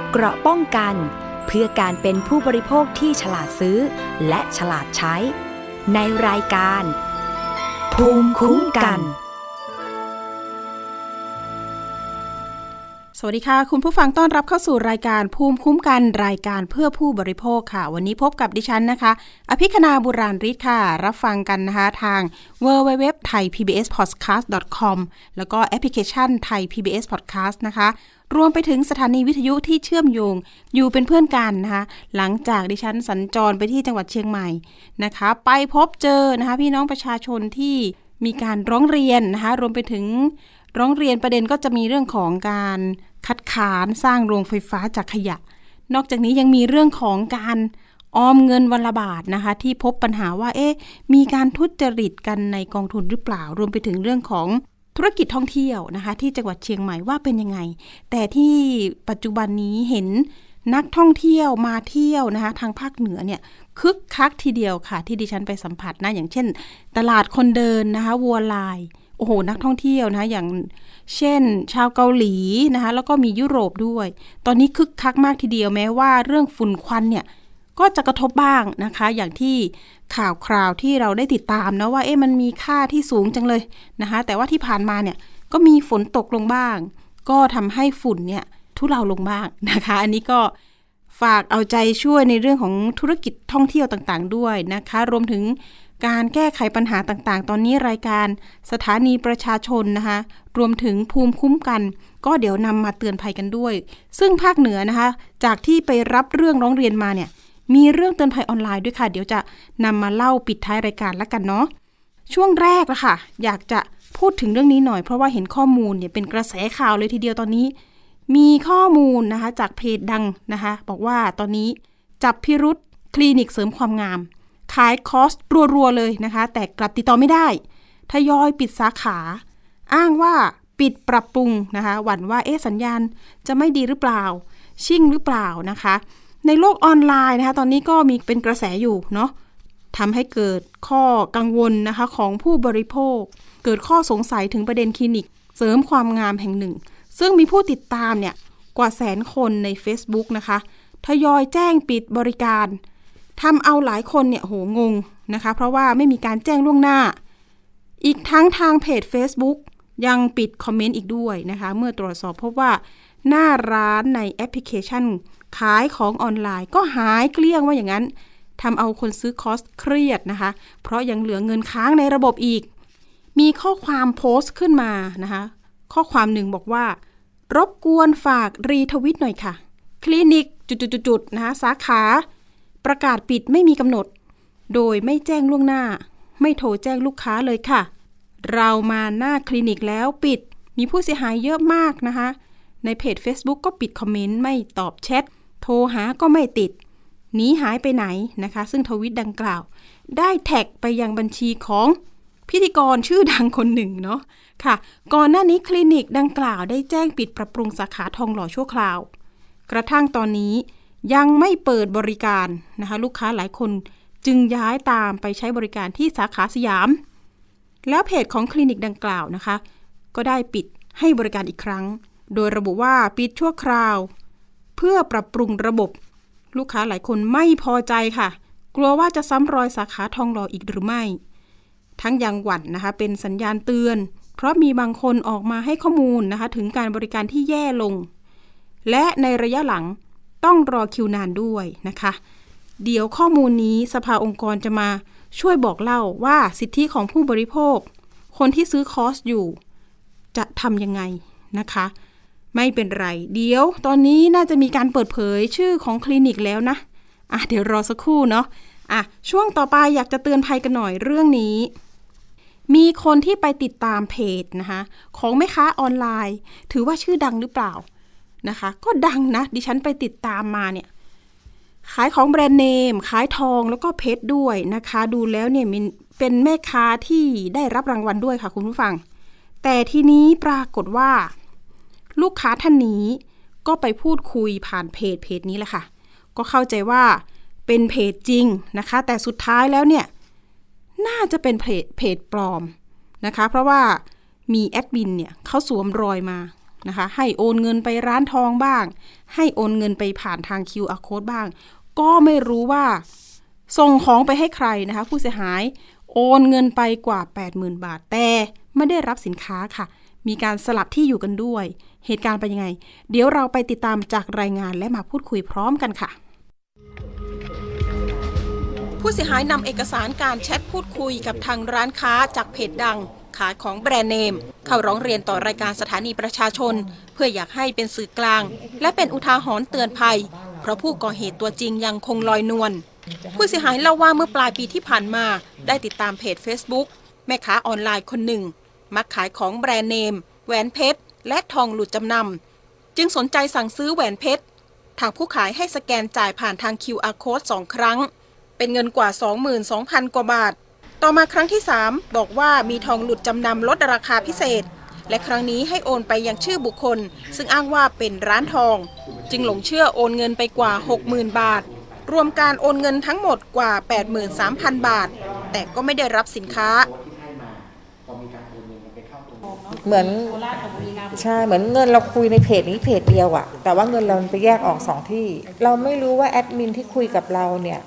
เกราะป้องกันเพื่อการเป็นผู้บริโภคที่ฉลาดซื้อและฉลาดใช้ในรายการภูมิคุ้มกันสวัสดีค่ะคุณผู้ฟังต้อนรับเข้าสู่รายการภูมิคุ้มกันรายการเพื่อผู้บริโภคค่ะวันนี้พบกับดิฉันนะคะอภิคณาบุราริศค่ะรับฟังกันนะคะทาง www.thaipbspodcast.com แล้วก็แอปพลิเคชัน Thai PBS Podcast นะคะรวมไปถึงสถานีวิทยุที่เชื่อมโยงอยู่เป็นเพื่อนกันนะคะหลังจากดิฉันสัญจรไปที่จังหวัดเชียงใหม่นะคะไปพบเจอนะคะพี่น้องประชาชนที่มีการร้องเรียนนะคะรวมไปถึงร้องเรียนประเด็นก็จะมีเรื่องของการคัดค้านสร้างโรงไฟฟ้าจากขยะนอกจากนี้ยังมีเรื่องของการออมเงินวันละบาทนะคะที่พบปัญหาว่ามีการทุจริตกันในกองทุนหรือเปล่ารวมไปถึงเรื่องของธุรกิจท่องเที่ยวนะคะที่จังหวัดเชียงใหม่ว่าเป็นยังไงแต่ที่ปัจจุบันนี้เห็นนักท่องเที่ยวมาเที่ยวนะคะทางภาคเหนือเนี่ยคึกคักทีเดียวค่ะที่ดิฉันไปสัมผัสนะอย่างเช่นตลาดคนเดินนะคะวัวลายโอ้โหนักท่องเที่ยวนะคะอย่างเช่นชาวเกาหลีนะคะแล้วก็มียุโรปด้วยตอนนี้คึกคักมากทีเดียวแม้ว่าเรื่องฝุ่นควันเนี่ยก็จะกระทบบ้างนะคะอย่างที่ข่าวคราวที่เราได้ติดตามนะว่ามันมีค่าที่สูงจังเลยนะคะแต่ว่าที่ผ่านมาเนี่ยก็มีฝนตกลงบ้างก็ทำให้ฝุ่นเนี่ยทุเลาลงบ้างนะคะอันนี้ก็ฝากเอาใจช่วยในเรื่องของธุรกิจท่องเที่ยวต่างๆด้วยนะคะรวมถึงการแก้ไขปัญหาต่างๆตอนนี้รายการสถานีประชาชนนะคะรวมถึงภูมิคุ้มกันก็เดี๋ยวนำมาเตือนภัยกันด้วยซึ่งภาคเหนือนะคะจากที่ไปรับเรื่องร้องเรียนมาเนี่ยมีเรื่องเตือนภัยออนไลน์ด้วยค่ะเดี๋ยวจะนำมาเล่าปิดท้ายรายการแล้วกันเนาะช่วงแรกละค่ะอยากจะพูดถึงเรื่องนี้หน่อยเพราะว่าเห็นข้อมูลเนี่ยเป็นกระแสข่าวเลยทีเดียวตอนนี้มีข้อมูลนะคะจากเพจดังนะคะบอกว่าตอนนี้จับพิรุธคลินิกเสริมความงามขายคอร์สรัวๆเลยนะคะแต่กลับติดต่อไม่ได้ทยอยปิดสาขาอ้างว่าปิดปรับปรุงนะคะหวั่นว่าสัญญาณจะไม่ดีหรือเปล่าชิ่งหรือเปล่านะคะในโลกออนไลน์นะคะตอนนี้ก็มีเป็นกระแสอยู่เนาะทำให้เกิดข้อกังวลนะคะของผู้บริโภคเกิดข้อสงสัยถึงประเด็นคลินิกเสริมความงามแห่งหนึ่งซึ่งมีผู้ติดตามเนี่ยกว่า100,000 คนใน Facebook นะคะทยอยแจ้งปิดบริการทำเอาหลายคนเนี่ยโหงงนะคะเพราะว่าไม่มีการแจ้งล่วงหน้าอีกทั้งทางเพจ Facebook ยังปิดคอมเมนต์อีกด้วยนะคะเมื่อตรวจสอบพบว่าหน้าร้านในแอปพลิเคชันขายของออนไลน์ก็หายเกลี้ยงว่าอย่างนั้นทำเอาคนซื้อคอร์สเครียดนะคะเพราะยังเหลือเงินค้างในระบบอีกมีข้อความโพสต์ขึ้นมานะคะข้อความหนึ่งบอกว่ารบกวนฝากรีทวิตหน่อยค่ะคลินิกจุดๆๆนะคะสาขาประกาศปิดไม่มีกำหนดโดยไม่แจ้งล่วงหน้าไม่โทรแจ้งลูกค้าเลยค่ะเรามาหน้าคลินิกแล้วปิดมีผู้เสียหายเยอะมากนะคะในเพจ Facebook ก็ปิดคอมเมนต์ไม่ตอบแชทโทรหาก็ไม่ติดหนีหายไปไหนนะคะซึ่งทวิตดังกล่าวได้แท็กไปยังบัญชีของพิธีกรชื่อดังคนหนึ่งเนาะค่ะก่อนหน้านี้คลินิกดังกล่าวได้แจ้งปิดปรับปรุงสาขาทองหล่อชั่วคราวกระทั่งตอนนี้ยังไม่เปิดบริการนะคะลูกค้าหลายคนจึงย้ายตามไปใช้บริการที่สาขาสยามแล้วเพจของคลินิกดังกล่าวนะคะก็ได้ปิดให้บริการอีกครั้งโดยระบุว่าปิดชั่วคราวเพื่อปรับปรุงระบบลูกค้าหลายคนไม่พอใจค่ะกลัวว่าจะซ้ำรอยสาขาทองหล่ออีกหรือไม่ทั้งยังหวั่นนะคะเป็นสัญญาณเตือนเพราะมีบางคนออกมาให้ข้อมูลนะคะถึงการบริการที่แย่ลงและในระยะหลังต้องรอคิวนานด้วยนะคะเดี๋ยวข้อมูลนี้สภาองค์กรจะมาช่วยบอกเล่าว่าสิทธิของผู้บริโภคคนที่ซื้อคอร์สอยู่จะทำยังไงนะคะไม่เป็นไรเดี๋ยวตอนนี้น่าจะมีการเปิดเผยชื่อของคลินิกแล้วนะเดี๋ยวรอสักครู่เนาะช่วงต่อไปอยากจะเตือนภัยกันหน่อยเรื่องนี้มีคนที่ไปติดตามเพจนะคะของแม่ค้าออนไลน์ถือว่าชื่อดังหรือเปล่านะคะก็ดังนะดิฉันไปติดตามมาเนี่ยขายของแบรนด์เนมขายทองแล้วก็เพชรด้วยนะคะดูแล้วเนี่ยเป็นแม่ค้าที่ได้รับรางวัลด้วยค่ะคุณผู้ฟังแต่ทีนี้ปรากฏว่าลูกค้าท่านนี้ก็ไปพูดคุยผ่านเพจนี้แหละค่ะก็เข้าใจว่าเป็นเพจจริงนะคะแต่สุดท้ายแล้วเนี่ยน่าจะเป็นเพจปลอมนะคะเพราะว่ามีแอดมินเนี่ยเขาสวมรอยมานะคะให้โอนเงินไปร้านทองบ้างให้โอนเงินไปผ่านทาง QR Code บ้างก็ไม่รู้ว่าส่งของไปให้ใครนะคะผู้เสียหายโอนเงินไปกว่า 80,000 บาทแต่ไม่ได้รับสินค้าค่ะมีการสลับที่อยู่กันด้วยเหตุการณ์เป็นยังไงเดี๋ยวเราไปติดตามจากรายงานและมาพูดคุยพร้อมกันค่ะผู้เสียหายนำเอกสารการแชทพูดคุยกับทางร้านค้าจากเพจดังขายของแบรนด์เนมเข้าร้องเรียนต่อรายการสถานีประชาชนเพื่ออยากให้เป็นสื่อกลางและเป็นอุทาหรณ์เตือนภัยเพราะผู้ก่อเหตุตัวจริงยังคงลอยนวลผู้เสียหายเล่าว่าเมื่อปลายปีที่ผ่านมาได้ติดตามเพจ Facebook แม่ค้าออนไลน์คนหนึ่งมักขายของแบรนด์เนมแหวนเพชรและทองหลุดจำนำจึงสนใจสั่งซื้อแหวนเพชรทางผู้ขายให้สแกนจ่ายผ่านทาง QR Code 2 ครั้งเป็นเงินกว่า 22,000 กว่าบาทต่อมาครั้งที่3บอกว่ามีทองหลุดจำนำลดราคาพิเศษและครั้งนี้ให้โอนไปยังชื่อบุคคลซึ่งอ้างว่าเป็นร้านทองจึงหลงเชื่อโอนเงินไปกว่า 60,000 บาทรวมการโอนเงินทั้งหมดกว่า 83,000 บาทแต่ก็ไม่ได้รับสินค้าเหมือนใช่เหมือนเงินเราคุยในเพจนี้เพจเดียวอะแต่ว่าเงินเราไปแยกออก2ที่เราไม่รู้ว่าแอดมินที่คุยกับเราเนี่ย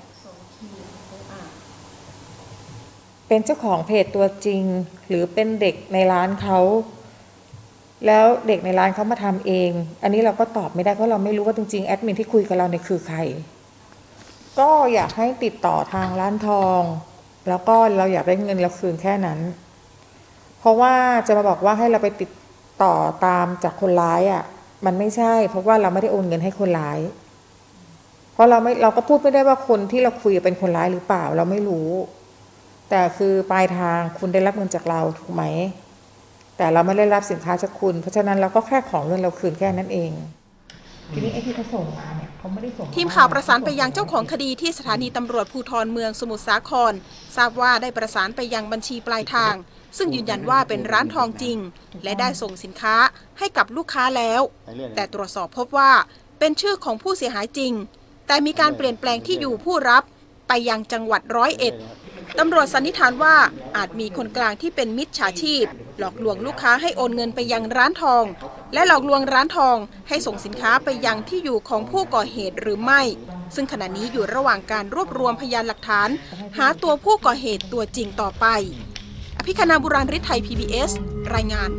เป็นเจ้าของเพจตัวจริงหรือเป็นเด็กในร้านเขาแล้วเด็กในร้านเขามาทำเองอันนี้เราก็ตอบไม่ได้เพราะเราไม่รู้ว่าจริงๆแอดมินที่คุยกับเราเนี่ยคือใครก็อยากให้ติดต่อทางร้านทองแล้วก็เราอยากได้เงินเราคืนแค่นั้นเพราะว่าจะมาบอกว่าให้เราไปติดต่อตามจากคนร้ายอ่ะมันไม่ใช่เพราะว่าเราไม่ได้โอนเงินให้คนร้ายเพราะเราก็พูดไม่ได้ว่าคนที่เราคุยเป็นคนร้ายหรือเปล่าเราไม่รู้แต่คือปลายทางคุณได้รับเงินจากเราถูกไหมแต่เราไม่ได้รับสินค้าจากคุณเพราะฉะนั้นเราก็แค่ขอเงินเราคืนแค่นั้นเองทีนี้ไอ้ที่เขาส่งมาเนี่ยเขาไม่ได้ส่งทีมข่าวประสานไปยังเจ้าของคดีที่สถานีตำรวจภูธรเมืองสมุทรสาครทราบว่าได้ประสานไปยังบัญชีปลายทางซึ่งยืนยันว่าเป็นร้านทองจริงและได้ส่งสินค้าให้กับลูกค้าแล้วแต่ตรวจสอบพบว่าเป็นชื่อของผู้เสียหายจริงแต่มีการเปลี่ยนแปลงที่อยู่ผู้รับไปยังจังหวัด101ตำรวจสันนิษฐานว่าอาจมีคนกลางที่เป็นมิจฉาชีพหลอกลวงลูกค้าให้โอนเงินไปยังร้านทองและหลอกลวงร้านทองให้ส่งสินค้าไปยังที่อยู่ของผู้ก่อเหตุหรือไม่ซึ่งขณะนี้อยู่ระหว่างการรวบรวมพยานหลักฐานหาตัวผู้ก่อเหตุตัวจริงต่อไปอภิคณาบุราริศไทย PBS รายงาน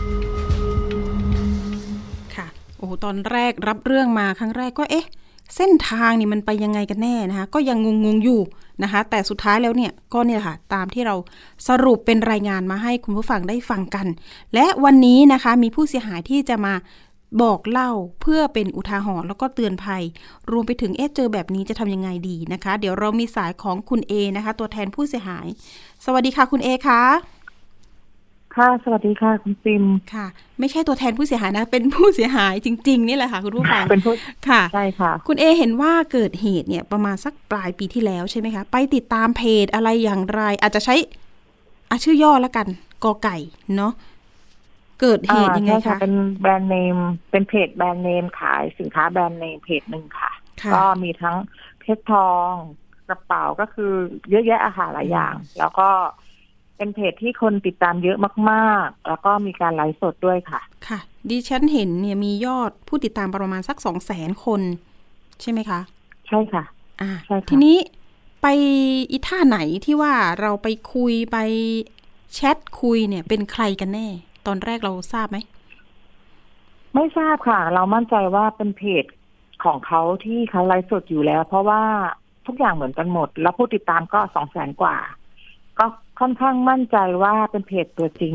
ค่ะโอ้ตอนแรกรับเรื่องมาครั้งแรกก็เส้นทางนี่มันไปยังไงกันแน่นะคะก็ยังงงอยู่นะคะแต่สุดท้ายแล้วเนี่ยก็เนี่ยค่ะตามที่เราสรุปเป็นรายงานมาให้คุณผู้ฟังได้ฟังกันและวันนี้นะคะมีผู้เสียหายที่จะมาบอกเล่าเพื่อเป็นอุทาหรณ์แล้วก็เตือนภัยรวมไปถึงเจอแบบนี้จะทำยังไงดีนะคะเดี๋ยวเรามีสายของคุณเอนะคะตัวแทนผู้เสียหายสวัสดีค่ะคุณเอคะค่ะสวัสดีค่ะคุณซิมค่ะไม่ใช่ตัวแทนผู้เสียหายนะเป็นผู้เสียหายจริงๆนี่แหละค่ะคุณผู้ฟังเป็นผู้ค่ะใช่ค่ะคุณเอเห็นว่าเกิดเหตุเนี่ยประมาณสักปลายปีที่แล้วใช่ไหมคะไปติดตามเพจอะไรอย่างไรอาจจะใช้ชื่อย่อแล้วกันกอไก่เนาะเกิดเหตุยังไงคะเป็นแบรนด์เนมเป็นเพจแบรนด์เนมขายสินค้าแบรนด์เนมเพจหนึ่งค่ะก็มีทั้งเพชรทองกระเป๋าก็คือเยอะแยะอาหารหลายอย่างแล้วก็เป็นเพจที่คนติดตามเยอะมากๆแล้วก็มีการไลฟ์สดด้วยค่ะค่ะดิฉันเห็นเนี่ยมียอดผู้ติดตามประมาณสัก 200,000 คนใช่ไหมคะใช่ค่ะใช่ค่ะทีนี้ไปอีท่าไหนที่ว่าเราไปคุยไปแชทคุยเนี่ยเป็นใครกันแน่ตอนแรกเราทราบไหมไม่ทราบค่ะเรามั่นใจว่าเป็นเพจของเขาที่เขาไลฟ์สดอยู่แล้วเพราะว่าทุกอย่างเหมือนกันหมดแล้วผู้ติดตามก็ 200,000 กว่าก็ค่อนข้างมั่นใจว่าเป็นเพจตัวจริง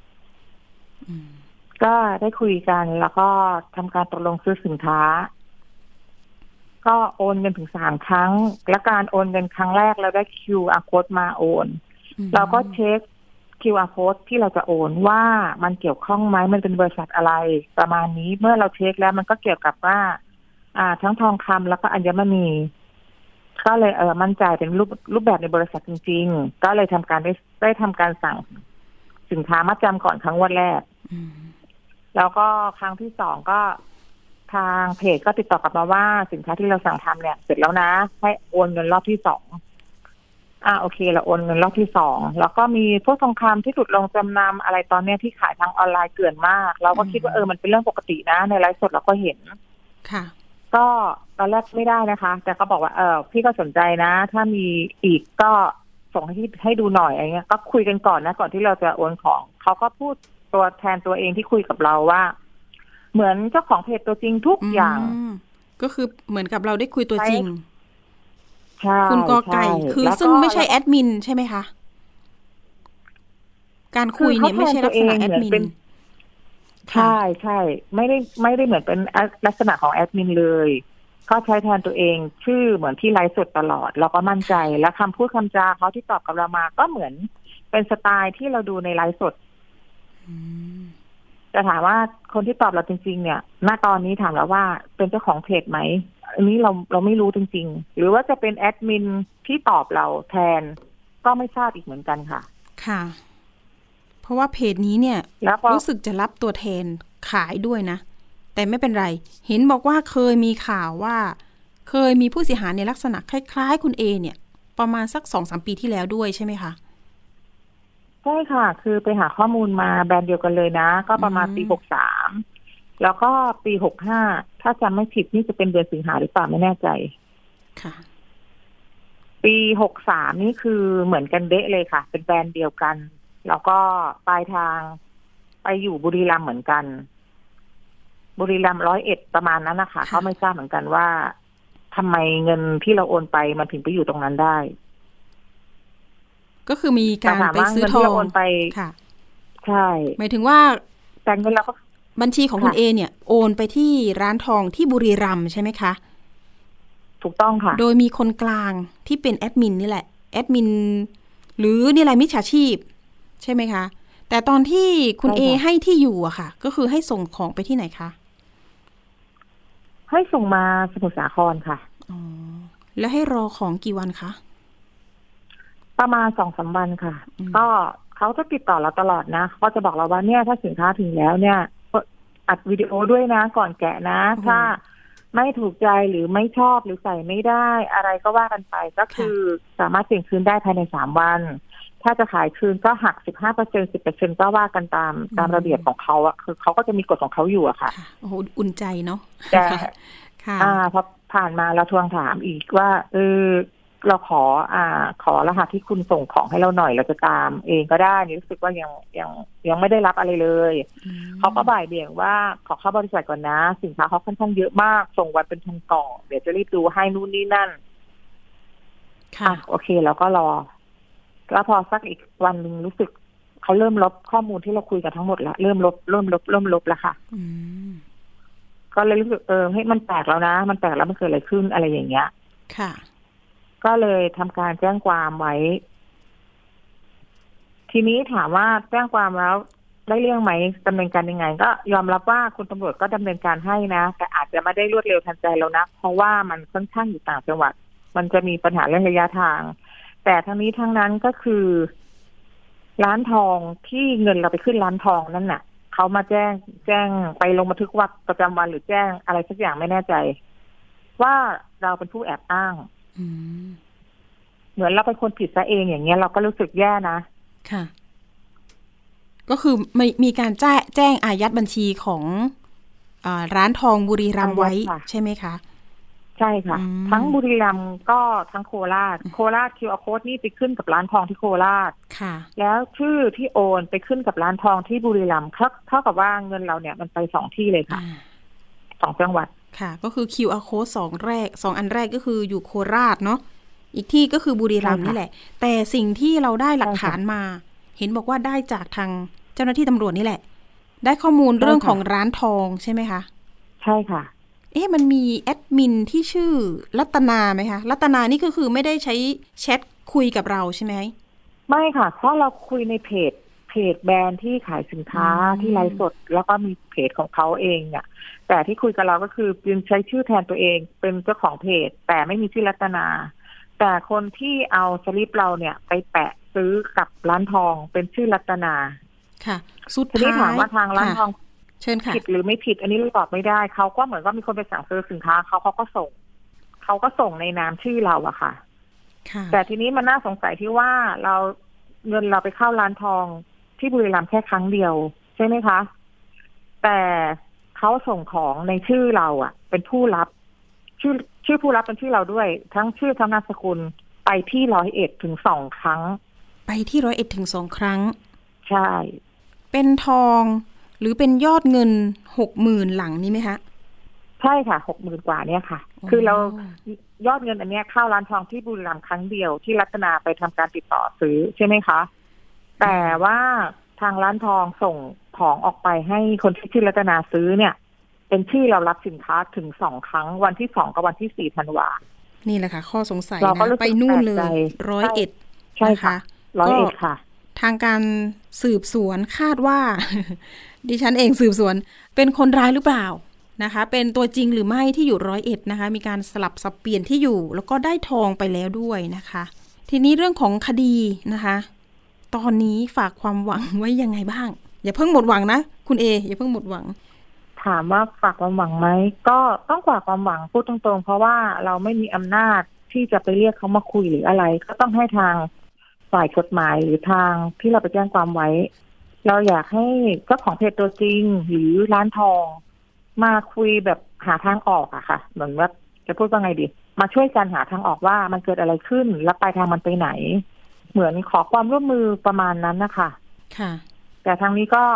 ก็ได้คุยกันแล้วก็ทำการตกลงซื้อสินค้าก็โอนเงินถึง3 ครั้งและการโอนเงินครั้งแรกเราได้ QR Code มาโอนเราก็เช็ค QR Code ที่เราจะโอนว่ามันเกี่ยวข้องไหมมันเป็นบริษัทอะไรประมาณนี้เมื่อเราเช็คแล้วมันก็เกี่ยวกับว่าทั้งทองคำแล้วก็อัญมณีก็เลยมั่นใจเป็นรูปแบบในบริษัทจริงๆก็เลยทำการได้ทำการสั่งสินค้ามัดจำก่อนครั้งวันแรกแล้วก็ครั้งที่2ก็ทางเพจก็ติดต่อกลับมาว่าสินค้าที่เราสั่งทำเนี่ยเสร็จแล้วนะให้โอนเงินรอบที่2 โอเคเราโอนเงินรอบที่2แล้วก็มีพวกทองคำที่ถูกลงจำนำอะไรตอนเนี้ยที่ขายทางออนไลน์เกลื่อนมากเราก็คิดว่ามันเป็นเรื่องปกตินะในไลฟ์สดเราก็เห็นค่ะก็ตอนแรกไม่ได้นะคะแต่เขาบอกว่าพี่ก็สนใจนะถ้ามีอีกก็ส่งให้ดูหน่อยอะไรเงี้ยก็คุยกันก่อนนะก่อนที่เราจะโอนของเขาก็พูดตัวแทนตัวเองที่คุยกับเราว่าเหมือนเจ้าของเพจตัวจริงทุกอย่างก็คือเหมือนกับเราได้คุยตัวจริงใช่คุณกอไก่คือซึ่งไม่ใช่แอดมินใช่ไหมคะการคุยเนี่ยไม่ใช่ลักษณะแอดมินใช่ใช่ไม่ได้เหมือนเป็นลักษณะของแอดมินเลยเขาใช้แทนตัวเองชื่อเหมือนที่ไลฟ์สดตลอดเราก็มั่นใจและคำพูดคำจาเขาที่ตอบกับเรามาก็เหมือนเป็นสไตล์ที่เราดูในไลฟ์สดแต่ถามว่าคนที่ตอบเราจริงๆเนี่ยณตอนนี้ถามแล้วว่าเป็นเจ้าของเพจไหมอันนี้เราไม่รู้จริงๆหรือว่าจะเป็นแอดมินที่ตอบเราแทนก็ไม่ทราบอีกเหมือนกันค่ะค่ะเพราะว่าเพจนี้เนี่ยรู้สึกจะรับตัวแทนขายด้วยนะแต่ไม่เป็นไรเห็นบอกว่าเคยมีข่าวว่าเคยมีผู้เสียหายในลักษณะคล้ายๆคุณเอเนี่ยประมาณสัก 2-3 ปีที่แล้วด้วยใช่ไหมคะใช่ค่ะคือไปหาข้อมูลมาแบรนด์เดียวกันเลยนะก็ประมาณปี63แล้วก็ปี65ถ้าจำไม่ผิดนี่จะเป็นเดือนสิงหาหรือเปล่าไม่แน่ใจค่ะปี63นี่คือเหมือนกันเดะเลยค่ะเป็นแบรนด์เดียวกันแล้วก็ปลายทางไปอยู่บุรีรัมย์เหมือนกันบุรีรัมย์101ประมาณนั้นนะคะเขาไม่ทราบเหมือนกันว่าทำไมเงินที่เราโอนไปมันถึงไปอยู่ตรงนั้นได้ก็คือมีการไปซื้อทองค่ะใช่หมายถึงว่าแต่เงินเราก็บัญชีของคุณเอเนี่ยโอนไปที่ร้านทองที่บุรีรัมย์ใช่ไหมคะถูกต้องค่ะโดยมีคนกลางที่เป็นแอดมินนี่แหละแอดมินหรือนี่แหละมิจฉาชีพใช่ไหมคะแต่ตอนที่คุณเอให้ที่อยู่อะค่ะก็คือให้ส่งของไปที่ไหนคะให้ส่งมาสมุทรสาครค่ะอ๋อแล้วให้รอของกี่วันคะประมาณ 2-3 วันค่ะก็เขาจะติดต่อเราตลอดนะเขาจะบอกเราว่าเนี่ยถ้าสินค้าถึงแล้วเนี่ยอัดวิดีโอด้วยนะก่อนแกะนะถ้าไม่ถูกใจหรือไม่ชอบหรือใส่ไม่ได้อะไรก็ว่ากันไปก็คือสามารถเปลี่ยนคืนได้ภายใน3 วันถ้าจะขายคืนก็หัก 15% 10% ก็ว่ากันตามระเบียบของเขาอะคือเขาก็จะมีกฎของเขาอยู่อะค่ะโอ้โหอุ่นใจเนาะแต่พอผ่านมาเราทวงถามอีกว่าเราขอรหัสที่คุณส่งของให้เราหน่อยเราจะตามเองก็ได้นี่รู้สึกว่ายังไม่ได้รับอะไรเลยเขาก็บ่ายเบี่ยงว่าขอเข้าบริษัทก่อนนะสินค้าเขาค่อนข้างเยอะมากส่งวันเป็นกล่องเดี๋ยวจะรีบดูให้นู่นนี่นั่นค่ะโอเคแล้วก็รอแล้วพอสักอีกวันนึงรู้สึกเขาเริ่มลบข้อมูลที่เราคุยกันทั้งหมดแล้วเริ่มลบแล้วค่ะก็เลยรู้สึกให้มันแปลกแล้วนะมันแปลกแล้วมันเกิดอะไรขึ้นอะไรอย่างเงี้ยค่ะก็เลยทำการแจ้งความไว้ทีนี้ถามว่าแจ้งความแล้วได้เรื่องไหมดำเนินการยังไงก็ยอมรับว่าคุณตำรวจก็ดำเนินการให้นะแต่อาจจะไม่ได้รวดเร็วทันใจแล้วนะเพราะว่ามันค่อนข้างอยู่ต่างจังหวัดมันจะมีปัญหาเรื่องระยะทางแต่ทั้งนี้ทั้งนั้นก็คือร้านทองที่เงินเราไปขึ้นร้านทองนั่นน่ะเขามาแจ้งไปลงบันทึกประจำวันหรือแจ้งอะไรสักอย่างไม่แน่ใจว่าเราเป็นผู้แอบอ้างเหมือนเราเป็นคนผิดซะเองอย่างเงี้ยเราก็รู้สึกแย่นะค่ะก็คือมีการแจ้งอายัดบัญชีของร้านทองบุรีรัมย์ไว้ใช่ไหมคะใช่ค่ะทั้งบุรีรัมย์ก็ทั้งโคราชQR Code นี่ไปขึ้นกับร้านทองที่โคราชค่ะแล้วชื่อที่โอนไปขึ้นกับร้านทองที่บุรีรัมย์เท่ากับว่าเงินเราเนี่ยมันไป2 ที่เลยค่ะ2 จังหวัดค่ะก็คือ QR Code 2 อันแรกก็คืออยู่โคราชเนาะอีกที่ก็คือบุรีรัมย์นี่แหละแต่สิ่งที่เราได้หลักฐานมาเห็นบอกว่าได้จากทางเจ้าหน้าที่ตำรวจนี่แหละได้ข้อมูลเรื่องของร้านทองใช่ไหมคะใช่ค่ะมันมีแอดมินที่ชื่อรัตนาไหมคะรัตนานี่ก็คือไม่ได้ใช้แชทคุยกับเราใช่ไหมไม่ค่ะเพราะเราคุยในเพจแบรนด์ที่ขายสินค้าที่ไลฟ์สดแล้วก็มีเพจของเขาเองเนี่ยแต่ที่คุยกับเราก็คือยังใช้ชื่อแทนตัวเองเป็นเจ้าของเพจแต่ไม่มีชื่อรัตนาแต่คนที่เอาสลิปเราเนี่ยไปแปะซื้อกับร้านทองเป็นชื่อรัตนาค่ะสุดท้ายถามว่าทางร้านทองเชิญค่ะผิดหรือไม่ผิดอันนี้เราตอบไม่ได้เขาก็เหมือนว่ามีคนไปสั่งซื้อสินค้าเขาก็ส่งในนามชื่อเราอะค่ะแต่ทีนี้มันน่าสงสัยที่ว่าเงินเราไปเข้าร้านทองที่บุรีรัมย์แค่ครั้งเดียวใช่ไหมคะแต่เขาส่งของในชื่อเราอ่ะเป็นผู้รับชื่อผู้รับเป็นชื่อเราด้วยทั้งชื่อทั้งนามสกุลไปที่101ถึง2ครั้งไปที่101ถึง2ครั้งใช่เป็นทองหรือเป็นยอดเงิน 60,000 หลังนี้ไหมคะใช่ค่ะ 60,000 กว่าเนี่ยค่ะคือเรายอดเงินอันเนี้ยเข้าร้านทองที่บุรีรัมย์ครั้งเดียวที่รัตนาไปทำการติดต่อซื้อใช่ไหมคะแต่ว่าทางร้านทองส่งของออกไปให้คนที่ชื่อรัตนาซื้อเนี่ยเป็นชื่อเรารับสินค้าถึง2ครั้งวันที่2กับวันที่4ธันวานี่แหละค่ะข้อสงสัยนะไปนู่นเลย101 ใช่ค่ะ101ค่ะทางการสืบสวนคาดว่า ดิฉันเองสืบสวนเป็นคนร้ายหรือเปล่านะคะเป็นตัวจริงหรือไม่ที่อยู่101นะคะมีการสลับสับเปลี่ยนที่อยู่แล้วก็ได้ทองไปแล้วด้วยนะคะทีนี้เรื่องของคดีนะคะตอนนี้ฝากความหวังไว้ยังไงบ้างอย่าเพิ่งหมดหวังนะคุณเออย่าเพิ่งหมดหวังถามว่าฝากความหวังไหมก็ต้องฝากความหวังพูดตรงๆเพราะว่าเราไม่มีอำนาจที่จะไปเรียกเขามาคุยหรืออะไรก็ต้องให้ทางฝ่ายกฎหมายหรือทางที่เราไปแจ้งความไว้เราอยากให้เจ้าของเพจตัวจริงหรือร้านทองมาคุยแบบหาทางออกอะค่ะเหมือนว่าจะพูดว่าไงดีมาช่วยกันหาทางออกว่ามันเกิดอะไรขึ้นแล้วปลายทางมันไปไหนเหมือนขอความร่วมมือประมาณนั้นนะคะค่ะแต่ทางนี้ก็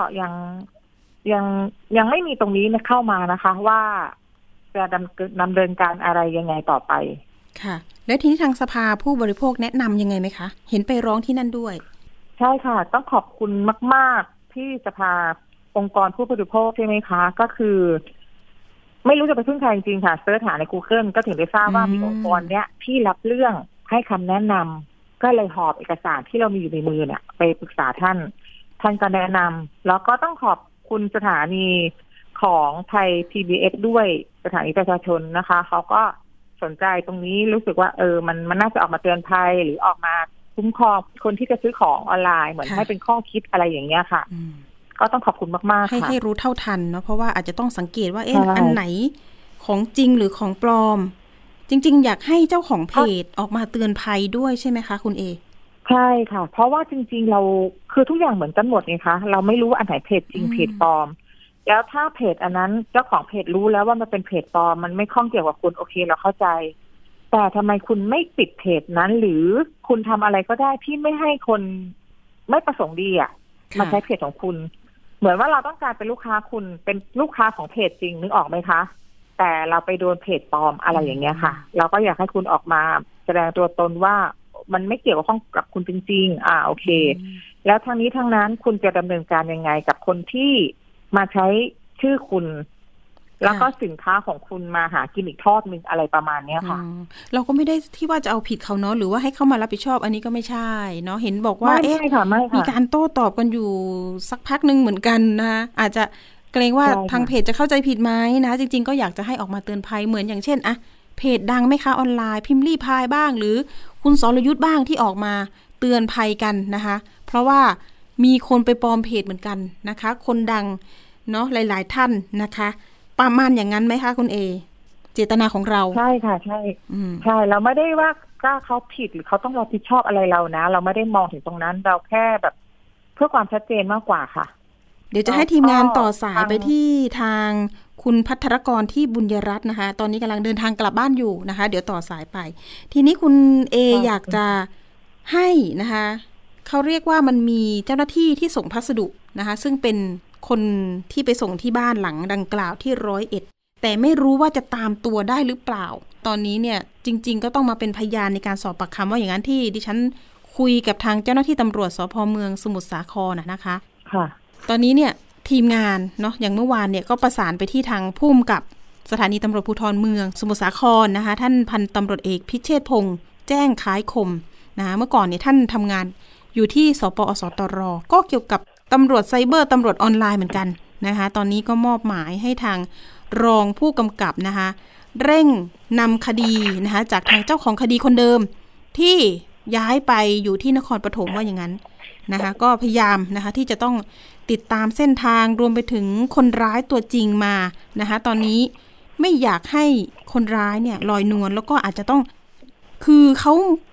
ยังไม่มีตรงนี้เข้ามานะคะว่าจะดำเนินการอะไรยังไงต่อไปค่ะแล้วทีนี้ทางสภาผู้บริโภคแนะนำยังไงไหมคะเห็นไปร้องที่นั่นด้วยใช่ค่ะต้องขอบคุณมากๆที่สภาองค์กรผู้บริโภคใช่ไหมคะก็คือไม่รู้จะไปพึ่งใครจริงๆค่ะเสิร์ชหาใน Google ก็ถึงได้ทราบว่ามีองค์กรเนี้ยที่รับเรื่องให้คำแนะนำก็เลยหอบเอกสารที่เรามีอยู่ในมือเนี่ยไปปรึกษาท่านก็แนะนำแล้วก็ต้องขอบคุณสถานีของไทย PBS ด้วยสถานีประชาชนนะคะเขาก็สนใจตรงนี้รู้สึกว่ามันน่าจะออกมาเตือนภัยหรือออกมาคุ้มครองคนที่จะซื้อของออนไลน์เหมือนให้เป็นข้อคิดอะไรอย่างเงี้ยค่ะก็ต้องขอบคุณมากๆค่ะให้รู้เท่าทันเนาะเพราะว่าอาจจะต้องสังเกตว่าอันไหนของจริงหรือของปลอมจริงๆอยากให้เจ้าของเพจออกมาเตือนภัยด้วยใช่ไหมคะคุณเอใช่ค่ะเพราะว่าจริงๆเราคือทุกอย่างเหมือนกันหมดไงคะเราไม่รู้ว่าอันไหนเพจจริงเพจปลอมแล้วถ้าเพจอันนั้นเจ้าของเพจรู้แล้วว่ามันเป็นเพจปลอมมันไม่ข้องเกี่ยวกับคุณโอเคเราเข้าใจแต่ทำไมคุณไม่ปิดเพจนั้นหรือคุณทำอะไรก็ได้ที่ไม่ให้คนไม่ประสงค์ดีอ่ะมาใช้เพจของคุณเหมือนว่าเราต้องการเป็นลูกค้าคุณเป็นลูกค้าของเพจจริงนึกออกไหมคะแต่เราไปโดนเพจปลอมอะไรอย่างเงี้ยค่ะเราก็อยากให้คุณออกมาแสดงตัวตนว่ามันไม่เกี่ยวข้องกับคุณจริงๆโอเคแล้วทางนี้ทางนั้นคุณจะดำเนินการยังไงกับคนที่มาใช้ชื่อคุณแล้วก็สินค้าของคุณมาหากินอีกทอดนึงอะไรประมาณนี้ค่ะเราก็ไม่ได้ที่ว่าจะเอาผิดเขาเนาะหรือว่าให้เขามารับผิดชอบอันนี้ก็ไม่ใช่เนาะเห็นบอกว่ามีการโต้ตอบกันอยู่สักพักนึงเหมือนกันนะคะอาจจะเกรงว่าทางเพจจะเข้าใจผิดไหมนะจริงๆก็อยากจะให้ออกมาเตือนภัยเหมือนอย่างเช่นเพจดังไหมคะออนไลน์พิมพ์ลี่พายบ้างหรือคุณสรยุทธบ้างที่ออกมาเตือนภัยกันนะคะเพราะว่ามีคนไปปลอมเพจเหมือนกันนะคะคนดังเนาะหลายๆท่านนะคะประมาณอย่างนั้นไหมคะคุณเอเจตนาของเราใช่ค่ะใช่ใช่เราไม่ได้ว่าเขาผิดหรือเขาต้องรับผิดชอบอะไรเรานะเราไม่ได้มองถึงตรงนั้นเราแค่แบบเพื่อความชัดเจนมากกว่าค่ะเดี๋ยวจะให้ทีมงานต่อสายไปที่ทางคุณภัทรกรที่บุญยรัตน์นะคะตอนนี้กำลังเดินทางกลับบ้านอยู่นะคะเดี๋ยวต่อสายไปทีนี้คุณเออยากจะให้นะคะเขาเรียกว่ามันมีเจ้าหน้าที่ที่ส่งพัสดุนะคะซึ่งเป็นคนที่ไปส่งที่บ้านหลังดังกล่าวที่101แต่ไม่รู้ว่าจะตามตัวได้หรือเปล่าตอนนี้เนี่ยจริงๆก็ต้องมาเป็นพยานในการสอบปากคำว่าอย่างนั้นที่ดิฉันคุยกับทางเจ้าหน้าที่ตำรวจสภ.เมืองสมุทรสาครนะคะค่ะตอนนี้เนี่ยทีมงานเนาะอย่างเมื่อวานเนี่ยก็ประสานไปที่ทางผู้กำกับสถานีตำรวจภูธรเมืองสมุทรสาครนะคะท่านพันตำรวจเอกพิเชษพงษ์แจ้งคล้ายคมนะคะเมื่อก่อนเนี่ยท่านทำงานอยู่ที่สปอสตร.ก็เกี่ยวกับตำรวจไซเบอร์ตำรวจออนไลน์เหมือนกันนะคะตอนนี้ก็มอบหมายให้ทางรองผู้กำกับนะคะเร่งนำคดีนะคะจากทางเจ้าของคดีคนเดิมที่ย้ายไปอยู่ที่นครปฐมว่าอย่างนั้นนะคะก็พยายามนะคะที่จะต้องติดตามเส้นทางรวมไปถึงคนร้ายตัวจริงมานะคะตอนนี้ไม่อยากให้คนร้ายเนี่ยลอยนวลแล้วก็อาจจะต้องคือเขา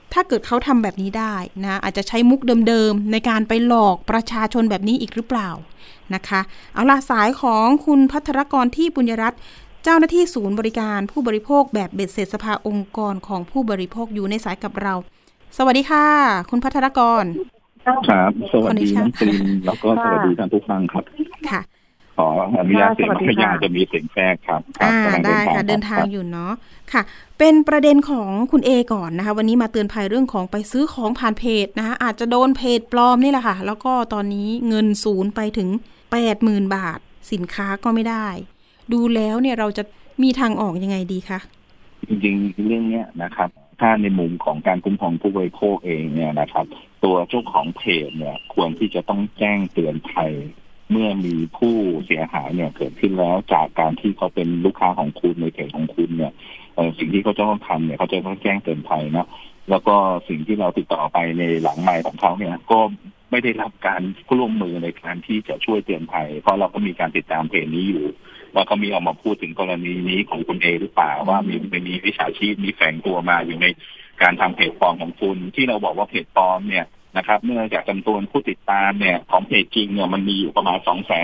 ถ้าเกิดเขาทำแบบนี้ได้นะอาจจะใช้มุกเดิมๆในการไปหลอกประชาชนแบบนี้อีกหรือเปล่านะคะเอาล่ะสายของคุณภัทรกรที่ปุญญรัตน์เจ้าหน้าที่ศูนย์บริการผู้บริโภคแบบเบ็ดเสร็จสภาองค์กรของผู้บริโภคอยู่ในสายกับเราสวัสดีค่ะคุณภัทรกรครับสวัสดีน้องปินแล้วก็สวัสดีท่านผู้ฟังครับค่ะขออนุญาตเสียงพยาจะมีเสียงแทรกครับได้ค่ะเดินทางอยู่เนาะค่ะเป็นประเด็นของคุณเอก่อนนะคะวันนี้มาเตือนภัยเรื่องของไปซื้อของผ่านเพจนะคะอาจจะโดนเพจปลอมนี่แหละค่ะแล้วก็ตอนนี้เงินสูญไปถึง 80,000 บาทสินค้าก็ไม่ได้ดูแล้วเนี่ยเราจะมีทางออกยังไงดีคะจริงๆเรื่องนี้นะครับถ้าในมุมของการคุ้มครองผู้บริโภคเองเนี่ยนะครับตัวเจ้าของเพจเนี่ยควรที่จะต้องแจ้งเตือนภัยเมื่อมีผู้เสียหายเนี่ยเกิดขึ้นแล้วจากการที่เขาเป็นลูกค้าของคุณในเพจของคุณเนี่ยสิ่งที่เขาจะต้องทำเนี่ยเขาจะต้องแจ้งเตือนภัยนะแล้วก็สิ่งที่เราติดต่อไปในหลังไมค์ของเขาเนี่ยก็ไม่ได้รับการร่วมมือในการที่จะช่วยเตือนภัยเพราะเราก็มีการติดตามเพจนี้อยู่ว่าเขามีออกมาพูดถึงกรณีนี้ของคุณเอหรือเปล่าว่ามีวิชาชีพมีแฝงตัวมาอยู่ในการทำเพจปลอมของคุณที่เราบอกว่าเพจปลอมเนี่ยนะครับเนื่องจากจำนวนผู้ติดตามเนี่ยของเพจจริงเนี่ยมันมีอยู่ประมาณ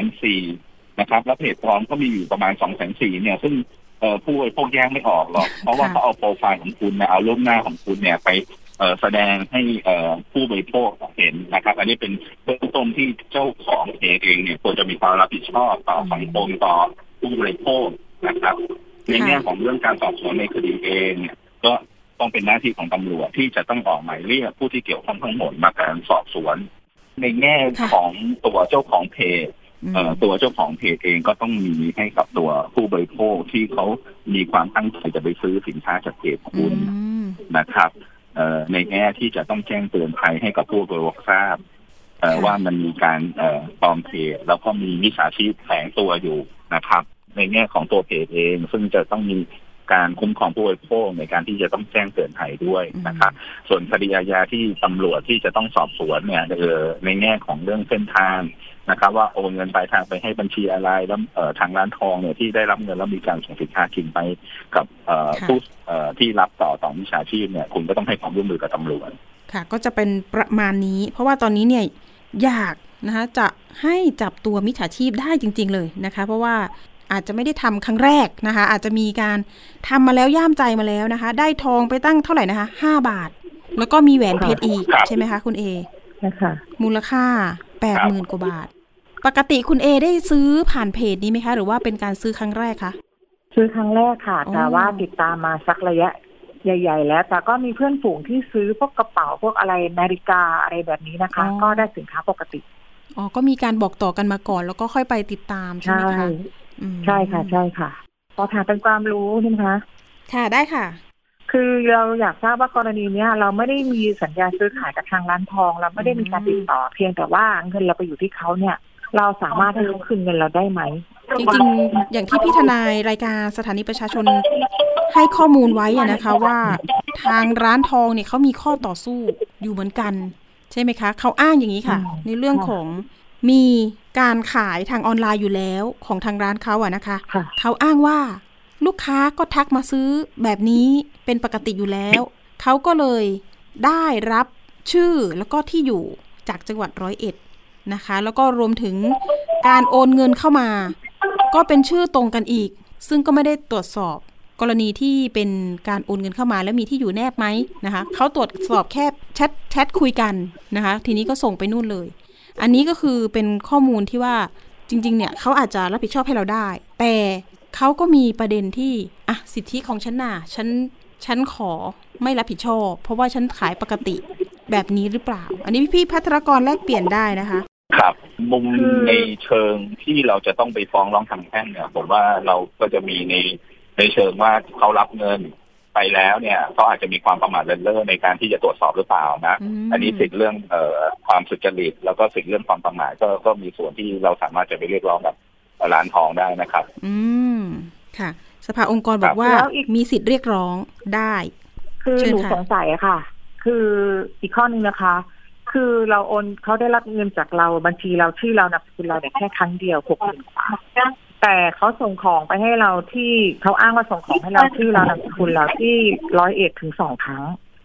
240,000 นะครับแล้วเพจปลอมก็มีอยู่ประมาณ 240,000 เนี่ยซึ่งผู้บริโภคแยกไม่ออกหรอกเพราะว่าเขาเอาโปรไฟล์ของคุณนะเอารูปหน้าของคุณเนี่ยไปแสดงให้ผู้บริโภคเห็นนะครับอันนี้เป็นเบื้องต้นที่เจ้าของเพจเองเนี่ยควรจะมีความรับผิดชอบต่อสังคมต่อผู้บริโภคนะครับในแง่ของเรื่องการสอบสวนในคดีเองเนี่ยก็ต้องเป็นหน้าที่ของตำรวจที่จะต้องออกหมายเรียกผู้ที่เกี่ยวข้องทั้งหมดมาการสอบสวนในแง่ของตัวเจ้าของเพจตัวเจ้าของเพจเองก็ต้องมีให้กับตัวผู้บริโภคที่เขามีความตั้งใจจะไปซื้อสินค้าจากเพจของคุณนะครับในแง่ที่จะต้องแจ้งเตือนภัยให้กับผู้บริโภคทราบว่ามันมีการปลอมเพจแล้วก็มีมิจฉาชีพแฝงตัวอยู่นะครับในแง่ของตัวเพจเองซึ่งจะต้องมีการคุ้มครองผู้บริโภคในการที่จะต้องแจ้งเตือนภัยด้วยนะครับส่วนคดีอาญาที่ตำรวจที่จะต้องสอบสวนเนี่ยในแง่ของเรื่องเส้นทางนะครับว่าโอนเงินปลายทางไปให้บัญชีอะไรแล้วทางร้านทองเนี่ยที่ได้รับเงินแล้วมีการส่งสินค้าจริงไปกับผู้ที่รับต่อมิจฉาชีพเนี่ยคุณก็ต้องให้ความร่วมมือกับตำรวจค่ะก็จะเป็นประมาณนี้เพราะว่าตอนนี้เนี่ยอยากนะคะจะให้จับตัวมิจฉาชีพได้จริงๆเลยนะคะเพราะว่าอาจจะไม่ได้ทำครั้งแรกนะคะอาจจะมีการทำมาแล้วย่ามใจมาแล้วนะคะได้ทองไปตั้งเท่าไหร่นะคะ5 บาทแล้วก็มีแหวนเพชรอีกใช่ไหมคะคุณเอนะคะมูลค่า 80,000 กว่าบาทปกติคุณเอได้ซื้อผ่านเพจนี้ไหมคะหรือว่าเป็นการซื้อครั้งแรกคะซื้อครั้งแรกค่ะแต่ว่าติดตามมาสักระยะใหญ่ๆแล้วแต่ก็มีเพื่อนฝูงที่ซื้อพวกกระเป๋าพวกอะไรนาฬิกาอะไรแบบนี้นะคะก็ได้สินค้าปกติก็มีการบอกต่อกันมาก่อนแล้วก็ค่อยไปติดตามใช่ไหมคะใช่ค่ะใช่ค่ะพอถามเป็นความรู้ใช่ไหมคะค่ะได้ค่ะคือเราอยากทราบว่ากรณีนี้เราไม่ได้มีสัญญาซื้อขายกับทางร้านทองเราไม่ได้มีการติดต่อเพียงแต่ว่าเงินเราไปอยู่ที่เขาเนี่ยเราสามารถให้เขาคืนเงินเราได้ไหมจริงๆอย่างที่พี่ทนายรายการสถานีประชาชนให้ข้อมูลไว้นะคะว่าทางร้านทองเนี่ยเขามีข้อต่อสู้อยู่เหมือนกันใช่ไหมคะเขาอ้างอย่างนี้ค่ะในเรื่องของมีการขายทางออนไลน์อยู่แล้วของทางร้านเขาอะนะคะเขาอ้างว่าลูกค้าก็ทักมาซื้อแบบนี้เป็นปกติอยู่แล้วเขาก็เลยได้รับชื่อแล้วก็ที่อยู่จากจังหวัด101นะคะแล้วก็รวมถึงการโอนเงินเข้ามาก็เป็นชื่อตรงกันอีกซึ่งก็ไม่ได้ตรวจสอบกรณีที่เป็นการโอนเงินเข้ามาแล้วมีที่อยู่แนบไหมนะคะเขาตรวจสอบแค่แชทคุยกันนะคะทีนี้ก็ส่งไปนู่นเลยอันนี้ก็คือเป็นข้อมูลที่ว่าจริงๆเนี่ยเขาอาจจะรับผิดชอบให้เราได้แต่เขาก็มีประเด็นที่สิทธิของฉันน่ะฉันขอไม่รับผิดชอบเพราะว่าฉันขายปกติแบบนี้หรือเปล่าอันนี้พี่ภัทรกรแลกเปลี่ยนได้นะคะครับมุมในเชิงที่เราจะต้องไปฟ้องร้องทางแพ่งเนี่ยผมว่าเราก็จะมีในเชิงว่าเขารับเงินไปแล้วเนี่ยเขาอาจจะมีความประมาทเลินเล่อในการที่จะตรวจสอบหรือเปล่านะอันนี้สิทธิเรื่องความสุจริตแล้วก็สิทธิเรื่องความประมาทก็มีส่วนที่เราสามารถจะไปเรียกร้องกับร้านทองได้นะครับค่ะสภาองค์กรบอกว่ามีสิทธิ์เรียกร้องได้คือหนูสงสัยค่ะคืออีกข้อนึงนะคะคือเราโอนเขาได้รับเงินจากเราบัญชีเราชื่อเรานามสกุลเราเนี่ยแค่ครั้งเดียว60,000 กว่าแต่เขาส่งของไปให้เราที่เขาอ้างว่าส่งของให้เราชื่อเรานามสกุลเราที่101 ถึง 2 ครั้ง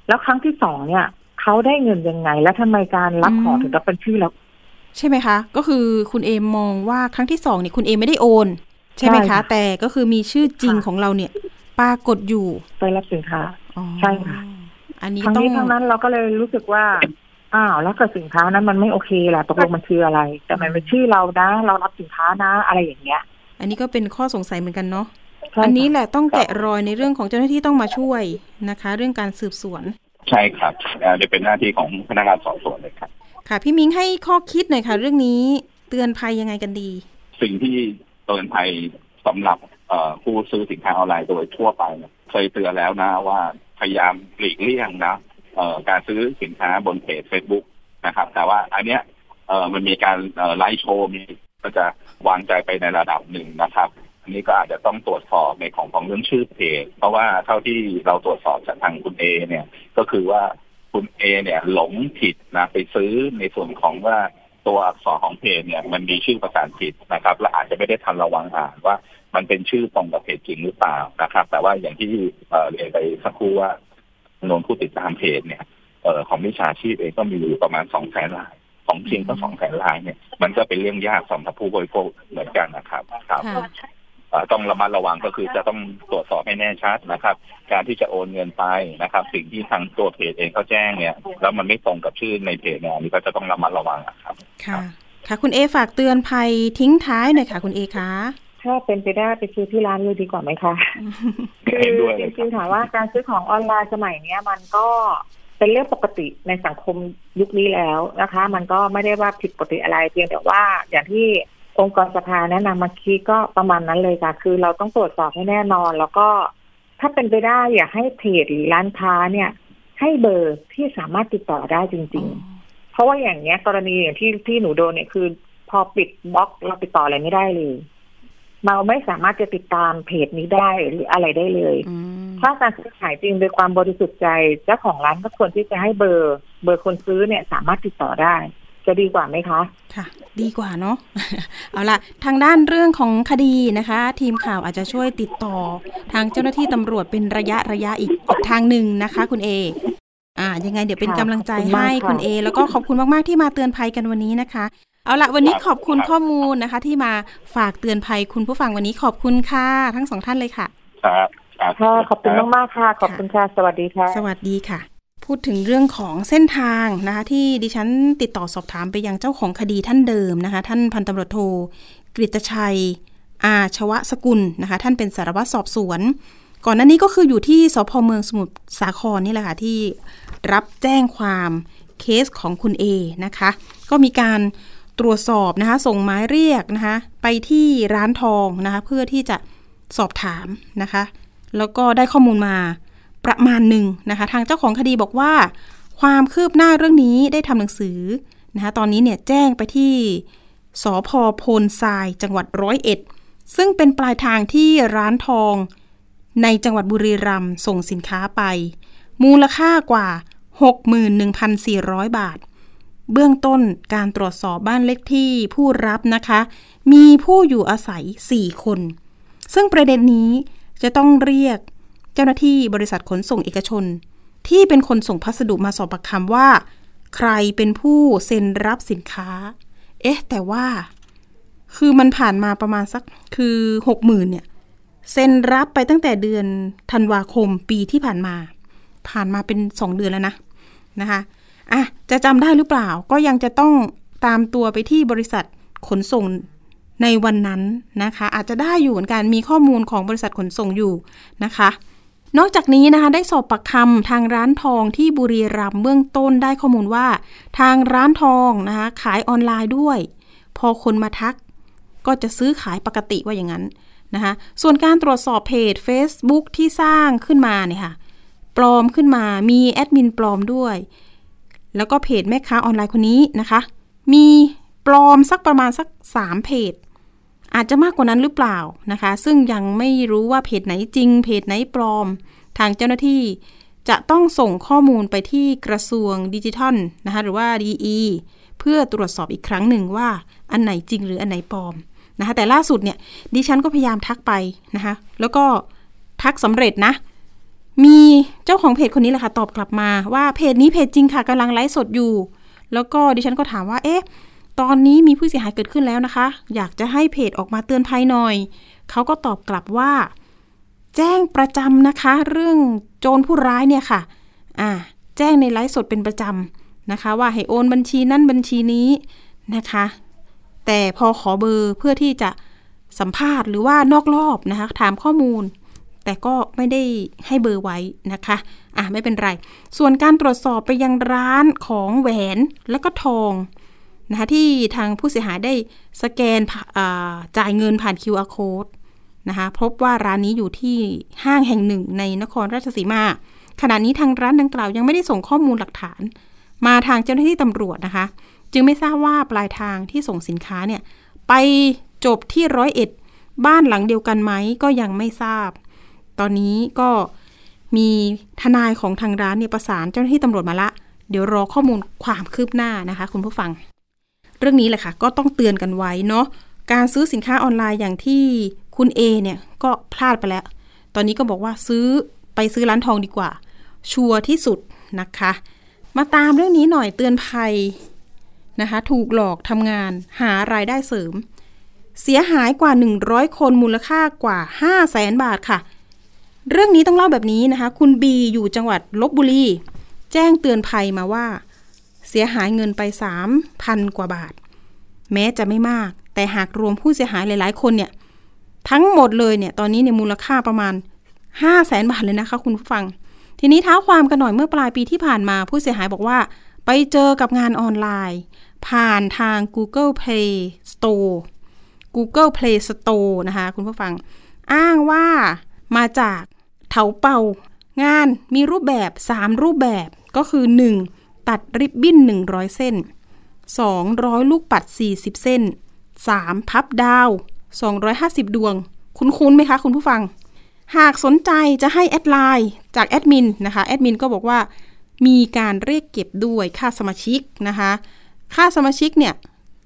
แล้วครั้งที่2เนี่ยเขาได้เงินยังไงและทำไมการรับของถึงต้องเป็นชื่อเราใช่ไหมคะก็คือคุณเอมองว่าครั้งที่2เนี่ยคุณเอไม่ได้โอนใช่ไหมคะแต่ก็คือมีชื่อจริงของเราเนี่ยปรากฏอยู่ไปรับสินค้าใช่ค่ะอันนี้ทั้งนี้ทั้งนั้นเราก็เลยรู้สึกว่าแล้วเกิดสินค้านั้นมันไม่โอเคแหละตกลงมันคืออะไรแต่มันเป็นชื่อเรานะเรารับสินค้านะอะไรอย่างเงี้ยอันนี้ก็เป็นข้อสงสัยเหมือนกันเนาะอันนี้แหละต้องแกะรอยในเรื่องของเจ้าหน้าที่ต้องมาช่วยนะคะเรื่องการสืบสวนใช่ครับจะเป็นหน้าที่ของพนักงานสอบสวนเลยครับค่ะพี่มิ้งให้ข้อคิดหน่อยค่ะเรื่องนี้เตือนภัยยังไงกันดีสิ่งที่เตือนภัยสำหรับผู้ซื้อสินค้าออนไลน์โดยทั่วไปเคยเตือนแล้วนะว่าพยายามหลีกเลี่ยงนะการซื้อสินค้าบนเพจ Facebook นะครับแต่ว่าอันเนี้ยมันมีการไลฟ์โชว์มีก็จะวางใจไปในระดับหนึ่งนะครับอันนี้ก็อาจจะต้องตรวจสอบในของเรื่องชื่อเพจเพราะว่าเท่าที่เราตรวจสอบจากทางคุณเอเนี่ยก็คือว่าคุณเอเนี่ยหลงผิดนะไปซื้อในส่วนของว่าตัวอักษรของเพจเนี่ยมันมีชื่อภาษาอังกฤษนะครับและอาจจะไม่ได้ทันระวังอ่านว่ามันเป็นชื่อตรงกับเพจจริงหรือเปล่านะครับแต่ว่าอย่างที่เรียนไปสักครู่ว่าจำนวนผู้ติดตามเพจเนี่ยของมิจฉาชีพเองก็มีอยู่ประมาณ 200,000 รายของจริงก็ 200,000 รายเนี่ยมันก็เป็นเรื่องยากสำหรับผู้บริโภคเหมือนกันนะครับต้องระมัดระวังก็คือจะต้องตรวจสอบให้แน่ชัดนะครับการที่จะโอนเงินไปนะครับสิ่งที่ทางตัวเพจเองเขาแจ้งเนี่ยแล้วมันไม่ตรงกับชื่อในเพจเนี่ยนี่ก็จะต้องระมัดระวังครับค่ะค่ะคุณเอฝากเตือนภัยทิ้งท้ายหน่อยค่ะคุณเอคะถ้าเป็นไปได้ไปซื้อที่ร้านเลยดีกว่าไหมคะคือจริงๆถามว่าการซื้อของออนไลน์สมัยนี้มันก็เป็นเรื่องปกติในสังคมยุคนี้แล้วนะคะมันก็ไม่ได้ว่าผิดปกติอะไรเพียงแต่ว่าอย่างที่องค์กรสภาแนะนำเมื่อกี้ก็ประมาณนั้นเลยค่ะคือเราต้องตรวจสอบให้แน่นอนแล้วก็ถ้าเป็นไปได้อยากให้เพจหรือร้านค้าเนี่ยให้เบอร์ที่สามารถติดต่อได้จริงๆเพราะว่าอย่างเนี้ยกรณีอย่างที่หนูโดนเนี่ยคือพอปิดบล็อกเราติดต่ออะไรไม่ได้เลยเราไม่สามารถจะติดตามเพจนี้ได้หรืออะไรได้เลยถ้าการซื้อขายจริงโดยความบริสุทธิ์ใจเจ้าของร้านก็ควรที่จะให้เบอร์คนซื้อเนี่ยสามารถติดต่อได้จะดีกว่าไหมคะค่ะดีกว่าเนาะ เอาล่ะทางด้านเรื่องของคดีนะคะทีมข่าวอาจจะช่วยติดต่อทางเจ้าหน้าที่ตำรวจเป็นระยะอีกทางหนึ่งนะคะคุณเอยังไงเดี๋ยวเป็นกำลังใจให้คุณเอแล้วก็ขอบคุณมากๆที่มาเตือนภัยกันวันนี้นะคะเอาล่ะวันนี้ขอบคุณข้อมูลนะคะที่มาฝากเตือนภัยคุณผู้ฟังวันนี้ขอบคุณค่ะทั้งสองท่านเลยค่ะครับขอบคุณมากๆค่ะขอบคุณค่ะสวัสดีค่ะสวัสดีค่ะพูดถึงเรื่องของเส้นทางนะคะที่ดิฉันติดต่อสอบถามไปยังเจ้าของคดีท่านเดิมนะคะท่านพันตำรวจโทกฤตชัยอาชวสกุลนะคะท่านเป็นสารวัตรสอบสวนก่อนหน้านี้ก็คืออยู่ที่สภ.เมืองสมุทรสาครนี่แหละค่ะที่รับแจ้งความเคสของคุณเอนะคะก็มีการตรวจสอบนะคะส่งหมายเรียกนะคะไปที่ร้านทองนะคะเพื่อที่จะสอบถามนะคะแล้วก็ได้ข้อมูลมาประมาณหนึ่งนะคะทางเจ้าของคดีบอกว่าความคืบหน้าเรื่องนี้ได้ทำหนังสือนะคะตอนนี้เนี่ยแจ้งไปที่สภ.โพนทรายจังหวัด101ซึ่งเป็นปลายทางที่ร้านทองในจังหวัดบุรีรัมย์ส่งสินค้าไปมูลค่ากว่า 61,400 บาทเบื้องต้นการตรวจสอบบ้านเลขที่ผู้รับนะคะมีผู้อยู่อาศัย4คนซึ่งประเด็นนี้จะต้องเรียกเจ้าหน้าที่บริษัทขนส่งเอกชนที่เป็นคนส่งพัสดุมาสอบปากคำว่าใครเป็นผู้เซ็นรับสินค้าแต่ว่าคือมันผ่านมาประมาณสักคือ 60,000 เนี่ยเซ็นรับไปตั้งแต่เดือนธันวาคมปีที่ผ่านมาเป็น2เดือนแล้วนะคะจะจำได้หรือเปล่าก็ยังจะต้องตามตัวไปที่บริษัทขนส่งในวันนั้นนะคะอาจจะได้อยู่เหมือนกันมีข้อมูลของบริษัทขนส่งอยู่นะคะนอกจากนี้นะคะได้สอบปากคำทางร้านทองที่บุรีรัมย์เบื้องต้นได้ข้อมูลว่าทางร้านทองนะคะขายออนไลน์ด้วยพอคนมาทักก็จะซื้อขายปกติว่าอย่างนั้นนะคะส่วนการตรวจสอบเพจ Facebook ที่สร้างขึ้นมาเนี่ยค่ะปลอมขึ้นมามีแอดมินปลอมด้วยแล้วก็เพจแม่ค้าออนไลน์คนนี้นะคะมีปลอมสักประมาณสัก3เพจอาจจะมากกว่านั้นหรือเปล่านะคะซึ่งยังไม่รู้ว่าเพจไหนจริงเพจไหนปลอมทางเจ้าหน้าที่จะต้องส่งข้อมูลไปที่กระทรวงดิจิทัลนะคะหรือว่า DE เพื่อตรวจสอบอีกครั้งหนึ่งว่าอันไหนจริงหรืออันไหนปลอมนะคะแต่ล่าสุดเนี่ยดิฉันก็พยายามทักไปนะคะแล้วก็ทักสำเร็จนะมีเจ้าของเพจคนนี้แหละค่ะตอบกลับมาว่าเพจนี้เพจจริงค่ะกำลังไลฟ์สดอยู่แล้วก็ดิฉันก็ถามว่าตอนนี้มีผู้เสียหายเกิดขึ้นแล้วนะคะอยากจะให้เพจออกมาเตือนภัยหน่อยเขาก็ตอบกลับว่าแจ้งประจำนะคะเรื่องโจรผู้ร้ายเนี่ยค่ะแจ้งในไลฟ์สดเป็นประจำนะคะว่าให้โอนบัญชีนั้นบัญชีนี้นะคะแต่พอขอเบอร์เพื่อที่จะสัมภาษณ์หรือว่านอกรอบนะคะถามข้อมูลแต่ก็ไม่ได้ให้เบอร์ไว้นะคะไม่เป็นไรส่วนการตรวจสอบไปยังร้านของแหวนแล้วก็ทองนะคะที่ทางผู้เสียหายได้สแกนจ่ายเงินผ่าน QR Code นะคะพบว่าร้านนี้อยู่ที่ห้างแห่งหนึ่งในนครราชสีมาขณะนี้ทางร้านดังกล่าวยังไม่ได้ส่งข้อมูลหลักฐานมาทางเจ้าหน้าที่ตำรวจนะคะจึงไม่ทราบว่าปลายทางที่ส่งสินค้าเนี่ยไปจบที่101บ้านหลังเดียวกันไหมก็ยังไม่ทราบตอนนี้ก็มีทนายของทางร้านเนี่ยประสานเจ้าหน้าที่ตำรวจมาละเดี๋ยวรอข้อมูลความคืบหน้านะคะคุณผู้ฟังเรื่องนี้แหละค่ะก็ต้องเตือนกันไว้เนาะการซื้อสินค้าออนไลน์อย่างที่คุณเอเนี่ยก็พลาดไปแล้วตอนนี้ก็บอกว่าไปซื้อร้านทองดีกว่าชัวร์ที่สุดนะคะมาตามเรื่องนี้หน่อยเตือนภัยนะคะถูกหลอกทำงานหารายได้เสริมเสียหายกว่า100คนมูลค่ากว่า 500,000 บาทค่ะเรื่องนี้ต้องเล่าแบบนี้นะคะคุณบีอยู่จังหวัดลพบุรีแจ้งเตือนภัยมาว่าเสียหายเงินไป 3,000 กว่าบาทแม้จะไม่มากแต่หากรวมผู้เสียหายหลายๆคนเนี่ยทั้งหมดเลยเนี่ยตอนนี้เนี่ยมูลค่าประมาณ 500,000 บาทเลยนะคะคุณผู้ฟังทีนี้เท้าความกันหน่อยเมื่อปลายปีที่ผ่านมาผู้เสียหายบอกว่าไปเจอกับงานออนไลน์ผ่านทาง Google Play Store นะคะคุณผู้ฟังอ้างว่ามาจากเถาเป่างานมีรูปแบบ3รูปแบบก็คือ1ตัดริบบิ้น100เส้น2ลูกปัด40เส้น3พับดาว250ดวงคุ้นๆไหมคะคุณผู้ฟังหากสนใจจะให้แอดไลน์จากแอดมินนะคะแอดมินก็บอกว่ามีการเรียกเก็บด้วยค่าสมาชิกนะคะค่าสมาชิกเนี่ย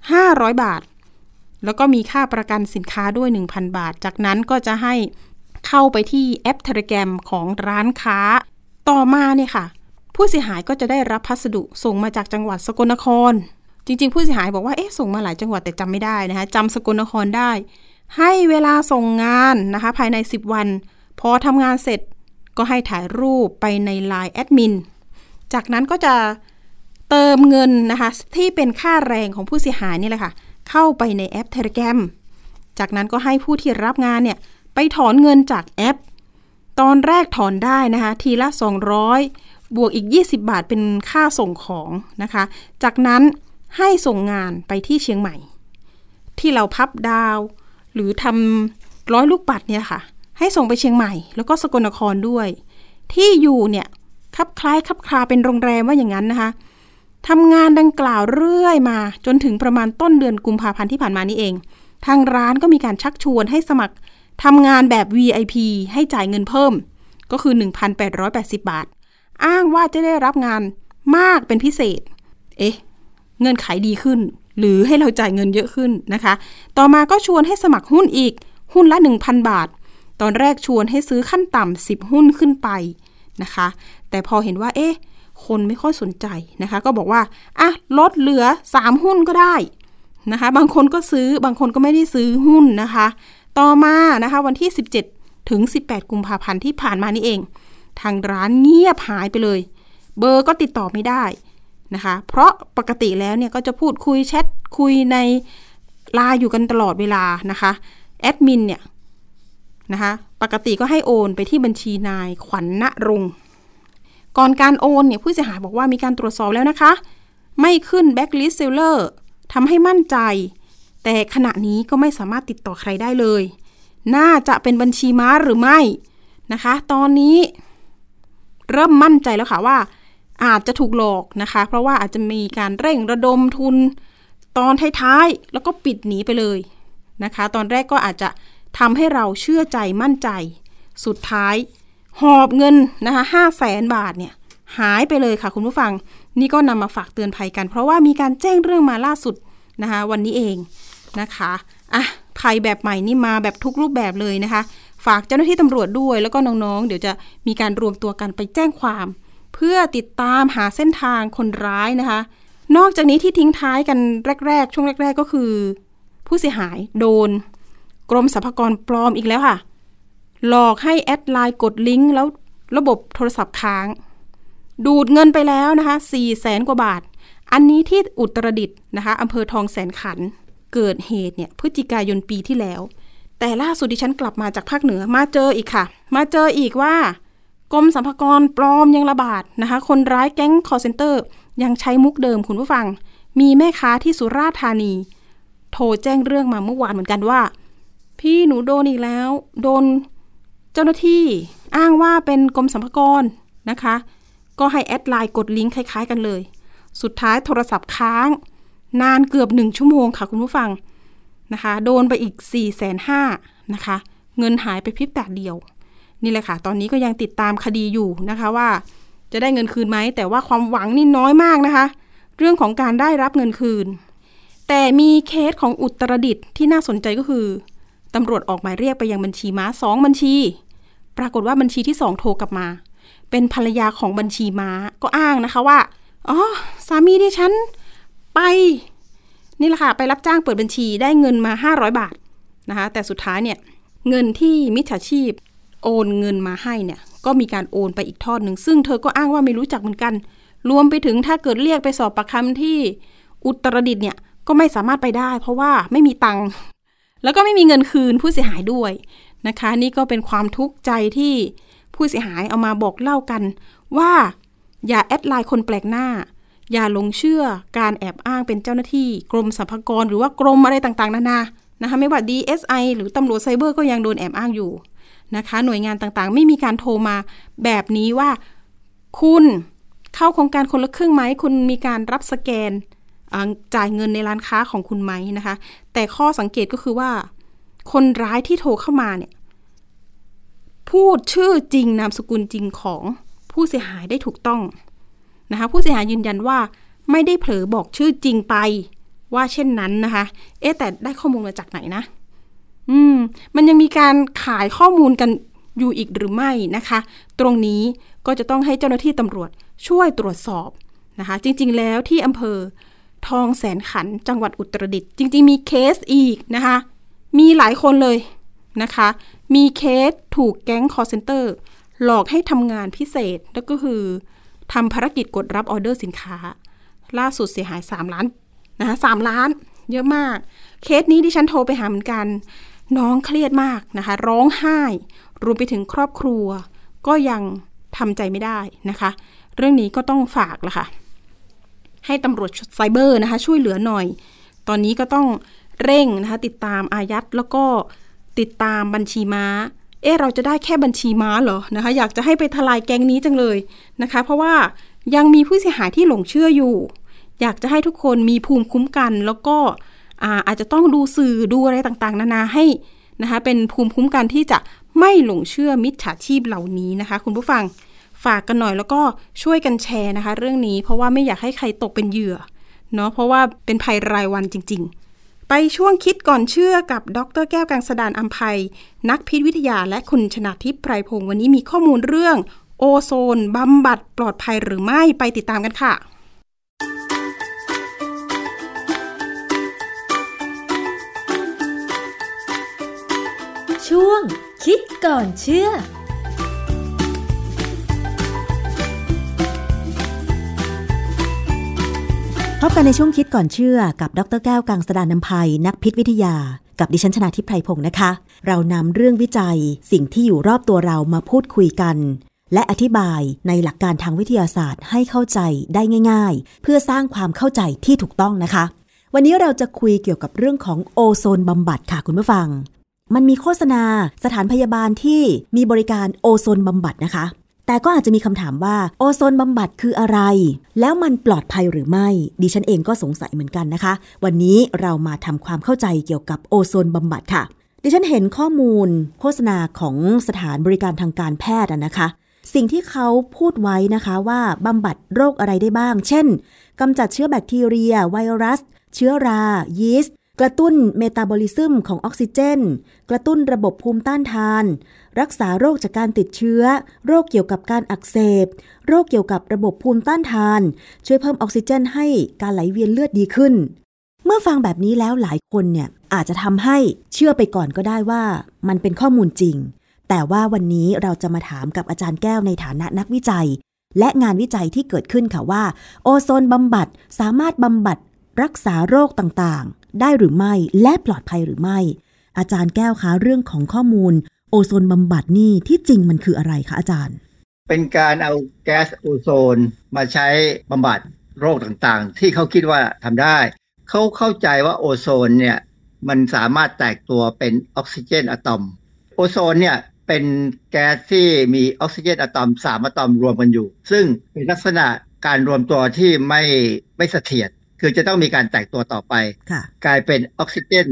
500 บาทแล้วก็มีค่าประกันสินค้าด้วย 1,000 บาทจากนั้นก็จะให้เข้าไปที่แอป Telegram ของร้านค้าต่อมาเนี่ยค่ะผู้เสียหายก็จะได้รับพัสดุส่งมาจากจังหวัดสกลนครจริงๆผู้เสียหายบอกว่าส่งมาหลายจังหวัดแต่จำไม่ได้นะคะจำสกลนครได้ให้เวลาส่งงานนะคะภายใน10วันพอทำงานเสร็จก็ให้ถ่ายรูปไปใน LINE แอดมินจากนั้นก็จะเติมเงินนะคะที่เป็นค่าแรงของผู้เสียหายนี่แหละค่ะเข้าไปในแอป Telegram จากนั้นก็ให้ผู้ที่รับงานเนี่ยไปถอนเงินจากแอปตอนแรกถอนได้นะคะทีละ200บวกอีก20 บาทเป็นค่าส่งของนะคะจากนั้นให้ส่งงานไปที่เชียงใหม่ที่เราพับดาวหรือทำ100ลูกปัดเนี่ยค่ะให้ส่งไปเชียงใหม่แล้วก็สกลนครด้วยที่อยู่เนี่ยคับคลาเป็นโรงแรมว่าอย่างนั้นนะคะทำงานดังกล่าวเรื่อยมาจนถึงประมาณต้นเดือนกุมภาพันธ์ที่ผ่านมานี่เองทางร้านก็มีการชักชวนให้สมัครทำงานแบบ VIP ให้จ่ายเงินเพิ่มก็คือ 1,880 บาทอ้างว่าจะได้รับงานมากเป็นพิเศษเงินขายดีขึ้นหรือให้เราจ่ายเงินเยอะขึ้นนะคะต่อมาก็ชวนให้สมัครหุ้นอีกหุ้นละ 1,000 บาทตอนแรกชวนให้ซื้อขั้นต่ำ10หุ้นขึ้นไปนะคะแต่พอเห็นว่าคนไม่ค่อยสนใจนะคะก็บอกว่าลดเหลือ3หุ้นก็ได้นะคะบางคนก็ซื้อบางคนก็ไม่ได้ซื้อหุ้นนะคะต่อมานะคะวันที่17ถึง18กุมภาพันธ์ที่ผ่านมานี่เองทางร้านเงียบหายไปเลยเบอร์ก็ติดต่อไม่ได้นะคะเพราะปกติแล้วเนี่ยก็จะพูดคุยแชทคุยในไลน์อยู่กันตลอดเวลานะคะแอดมินเนี่ยนะคะปกติก็ให้โอนไปที่บัญชีนายขวัญณรงค์ก่อนการโอนเนี่ยผู้เสียหายบอกว่ามีการตรวจสอบแล้วนะคะไม่ขึ้นแบ็คลิสต์เซลเลอร์ทำให้มั่นใจแต่ขณะนี้ก็ไม่สามารถติดต่อใครได้เลยน่าจะเป็นบัญชีม้าหรือไม่นะคะตอนนี้เริ่มมั่นใจแล้วค่ะว่าอาจจะถูกหลอกนะคะเพราะว่าอาจจะมีการเร่งระดมทุนตอนท้ายๆแล้วก็ปิดหนีไปเลยนะคะตอนแรกก็อาจจะทำให้เราเชื่อใจมั่นใจสุดท้ายหอบเงินนะคะ500,000 บาทเนี่ยหายไปเลยค่ะคุณผู้ฟังนี่ก็นำมาฝากเตือนภัยกันเพราะว่ามีการแจ้งเรื่องมาล่าสุดนะคะวันนี้เองนะคะภัยแบบใหม่นี่มาแบบทุกรูปแบบเลยนะคะฝากเจ้าหน้าที่ตำรวจด้วยแล้วก็น้องๆเดี๋ยวจะมีการรวมตัวกันไปแจ้งความเพื่อติดตามหาเส้นทางคนร้ายนะคะนอกจากนี้ที่ทิ้งท้ายกันแรกๆช่วงแรกๆก็คือผู้เสียหายโดนกรมสรรพากรปลอมอีกแล้วค่ะหลอกให้แอดไลน์กดลิงก์แล้วระบบโทรศัพท์ค้างดูดเงินไปแล้วนะคะ400,000 กว่าบาทอันนี้ที่อุตรดิตถ์นะคะอำเภอทองแสนขันธ์เกิดเหตุเนี่ยพฤศจิกายนปีที่แล้วแต่ล่าสุดดิฉันกลับมาจากภาคเหนือมาเจออีกค่ะมาเจออีกว่ากรมสรรพากรปลอมยังระบาดนะคะคนร้ายแก๊งคอลเซ็นเตอร์ยังใช้มุกเดิมคุณผู้ฟังมีแม่ค้าที่สุราษฎร์ธานีโทรแจ้งเรื่องมาเมื่อวานเหมือนกันว่าพี่หนูโดนอีกแล้วโดนเจ้าหน้าที่อ้างว่าเป็นกรมสรรพากรนะคะก็ให้แอดไลน์กดลิงก์คล้ายๆกันเลยสุดท้ายโทรศัพท์ค้างนานเกือบ1 ชั่วโมงค่ะคุณผู้ฟังนะคะโดนไปอีก450,000นะคะเงินหายไปพริบตาเดียวนี่แหละค่ะตอนนี้ก็ยังติดตามคดีอยู่นะคะว่าจะได้เงินคืนไหมแต่ว่าความหวังนี่น้อยมากนะคะเรื่องของการได้รับเงินคืนแต่มีเคสของอุตรดิตถ์ที่น่าสนใจก็คือตำรวจออกหมายเรียกไปยังบัญชีม้า2 บัญชีปรากฏว่าบัญชีที่2โทรกลับมาเป็นภรรยาของบัญชีม้าก็อ้างนะคะว่าอ๋อสามีดิฉันไปนี่แหละค่ะไปรับจ้างเปิดบัญชีได้เงินมา500 บาทนะคะแต่สุดท้ายเนี่ยเงินที่มิจฉาชีพโอนเงินมาให้เนี่ยก็มีการโอนไปอีกทอดหนึ่งซึ่งเธอก็อ้างว่าไม่รู้จักเหมือนกันรวมไปถึงถ้าเกิดเรียกไปสอบปากคำที่อุตรดิตถ์เนี่ยก็ไม่สามารถไปได้เพราะว่าไม่มีตังค์แล้วก็ไม่มีเงินคืนผู้เสียหายด้วยนะคะนี่ก็เป็นความทุกข์ใจที่ผู้เสียหายเอามาบอกเล่ากันว่าอย่าแอดไลน์คนแปลกหน้าอย่าหลงเชื่อการแอบอ้างเป็นเจ้าหน้าที่กรมสรรพากรหรือว่ากรมอะไรต่างๆนานานะคะไม่ว่า DSI หรือตำรวจไซเบอร์ก็ยังโดนแอบอ้างอยู่นะคะหน่วยงานต่างๆไม่มีการโทรมาแบบนี้ว่าคุณเข้าโครงการคนละครึ่งไหมคุณมีการรับสแกนจ่ายเงินในร้านค้าของคุณไหมนะคะแต่ข้อสังเกตก็คือว่าคนร้ายที่โทรเข้ามาเนี่ยพูดชื่อจริงนามสกุลจริงของผู้เสียหายได้ถูกต้องนะคะผู้เสียหายยืนยันว่าไม่ได้เผลอบอกชื่อจริงไปว่าเช่นนั้นนะคะแต่ได้ข้อมูลมาจากไหนนะมันยังมีการขายข้อมูลกันอยู่อีกหรือไม่นะคะตรงนี้ก็จะต้องให้เจ้าหน้าที่ตำรวจช่วยตรวจสอบนะคะจริงๆแล้วที่อำเภอทองแสนขันธ์จังหวัดอุตรดิตถ์จริงๆมีเคสอีกนะคะมีหลายคนเลยนะคะมีเคสถูกแก๊งคอลเซ็นเตอร์หลอกให้ทำงานพิเศษแล้วก็คือทำภารกิจกดรับออเดอร์สินค้าล่าสุดเสียหาย3 ล้านนะคะ3 ล้านเยอะมากเคสนี้ดิฉันโทรไปหาเหมือนกันน้องเครียดมากนะคะร้องไห้รวมไปถึงครอบครัวก็ยังทำใจไม่ได้นะคะเรื่องนี้ก็ต้องฝากละค่ะให้ตำรวจไซเบอร์นะคะช่วยเหลือหน่อยตอนนี้ก็ต้องเร่งนะคะติดตามอายัดแล้วก็ติดตามบัญชีม้าเราจะได้แค่บัญชีม้าเหรอนะคะอยากจะให้ไปทลายแก๊งนี้จังเลยนะคะเพราะว่ายังมีผู้เสียหายที่หลงเชื่ออยู่อยากจะให้ทุกคนมีภูมิคุ้มกันแล้วก็อาจจะต้องดูสื่อดูอะไรต่างๆนานาให้นะคะเป็นภูมิคุ้มกันที่จะไม่หลงเชื่อมิจฉาชีพเหล่านี้นะคะคุณผู้ฟังฝากกันหน่อยแล้วก็ช่วยกันแชร์นะคะเรื่องนี้เพราะว่าไม่อยากให้ใครตกเป็นเหยื่อเนาะเพราะว่าเป็นภัยรายวันจริงๆไปช่วงคิดก่อนเชื่อกับดร.แก้วกังสดาลอำไพนักพิษวิทยาและคุณชนาทิพย์ไพรพงศ์วันนี้มีข้อมูลเรื่องโอโซนบำบัดปลอดภัยหรือไม่ไปติดตามกันค่ะช่วงคิดก่อนเชื่อพบกันในช่วงคิดก่อนเชื่อกับดร.แก้วกังสดาลอำไพนักพิษวิทยากับดิฉันชนาทิพย์ไพรพงศ์นะคะเรานำเรื่องวิจัยสิ่งที่อยู่รอบตัวเรามาพูดคุยกันและอธิบายในหลักการทางวิทยาศาสตร์ให้เข้าใจได้ง่ายๆเพื่อสร้างความเข้าใจที่ถูกต้องนะคะวันนี้เราจะคุยเกี่ยวกับเรื่องของโอโซนบำบัดค่ะคุณผู้ฟังมันมีโฆษณาสถานพยาบาลที่มีบริการโอโซนบำบัดนะคะแต่ก็อาจจะมีคำถามว่าโอโซนบำบัดคืออะไรแล้วมันปลอดภัยหรือไม่ดิฉันเองก็สงสัยเหมือนกันนะคะวันนี้เรามาทำความเข้าใจเกี่ยวกับโอโซนบำบัดค่ะดิฉันเห็นข้อมูลโฆษณาของสถานบริการทางการแพทย์นะคะสิ่งที่เขาพูดไว้นะคะว่าบำบัดโรคอะไรได้บ้างเช่นกำจัดเชื้อแบคทีเรียไวรัสเชื้อรายีสต์กระตุ้นเมตาบอลิซึมของออกซิเจนกระตุ้นระบบภูมิต้านทานรักษาโรคจากการติดเชื้อโรคเกี่ยวกับการอักเสบโรคเกี่ยวกับระบบภูมิต้านทานช่วยเพิ่มออกซิเจนให้การไหลเวียนเลือดดีขึ้นเมื่อฟังแบบนี้แล้วหลายคนเนี่ยอาจจะทำให้เชื่อไปก่อนก็ได้ว่ามันเป็นข้อมูลจริงแต่ว่าวันนี้เราจะมาถามกับอาจารย์แก้วในฐานะนักวิจัยและงานวิจัยที่เกิดขึ้นค่ะว่าโอโซนบำบัดสามารถบำบัดรักษาโรคต่างๆได้หรือไม่และปลอดภัยหรือไม่อาจารย์แก้วคะเรื่องของข้อมูลโอโซนบำบัดนี่ที่จริงมันคืออะไรคะอาจารย์เป็นการเอาแก๊สโอโซนมาใช้บำบัดโรคต่างๆที่เขาคิดว่าทำได้เขาเข้าใจว่าโอโซนเนี่ยมันสามารถแตกตัวเป็นออกซิเจนอะตอมโอโซนเนี่ยเป็นแก๊สที่มีออกซิเจนอะตอม3อะตอมรวมกันอยู่ซึ่งเป็นลักษณะการรวมตัวที่ไม่เสถียรคือจะต้องมีการแตกตัวต่อไปกลายเป็นออกซิเจน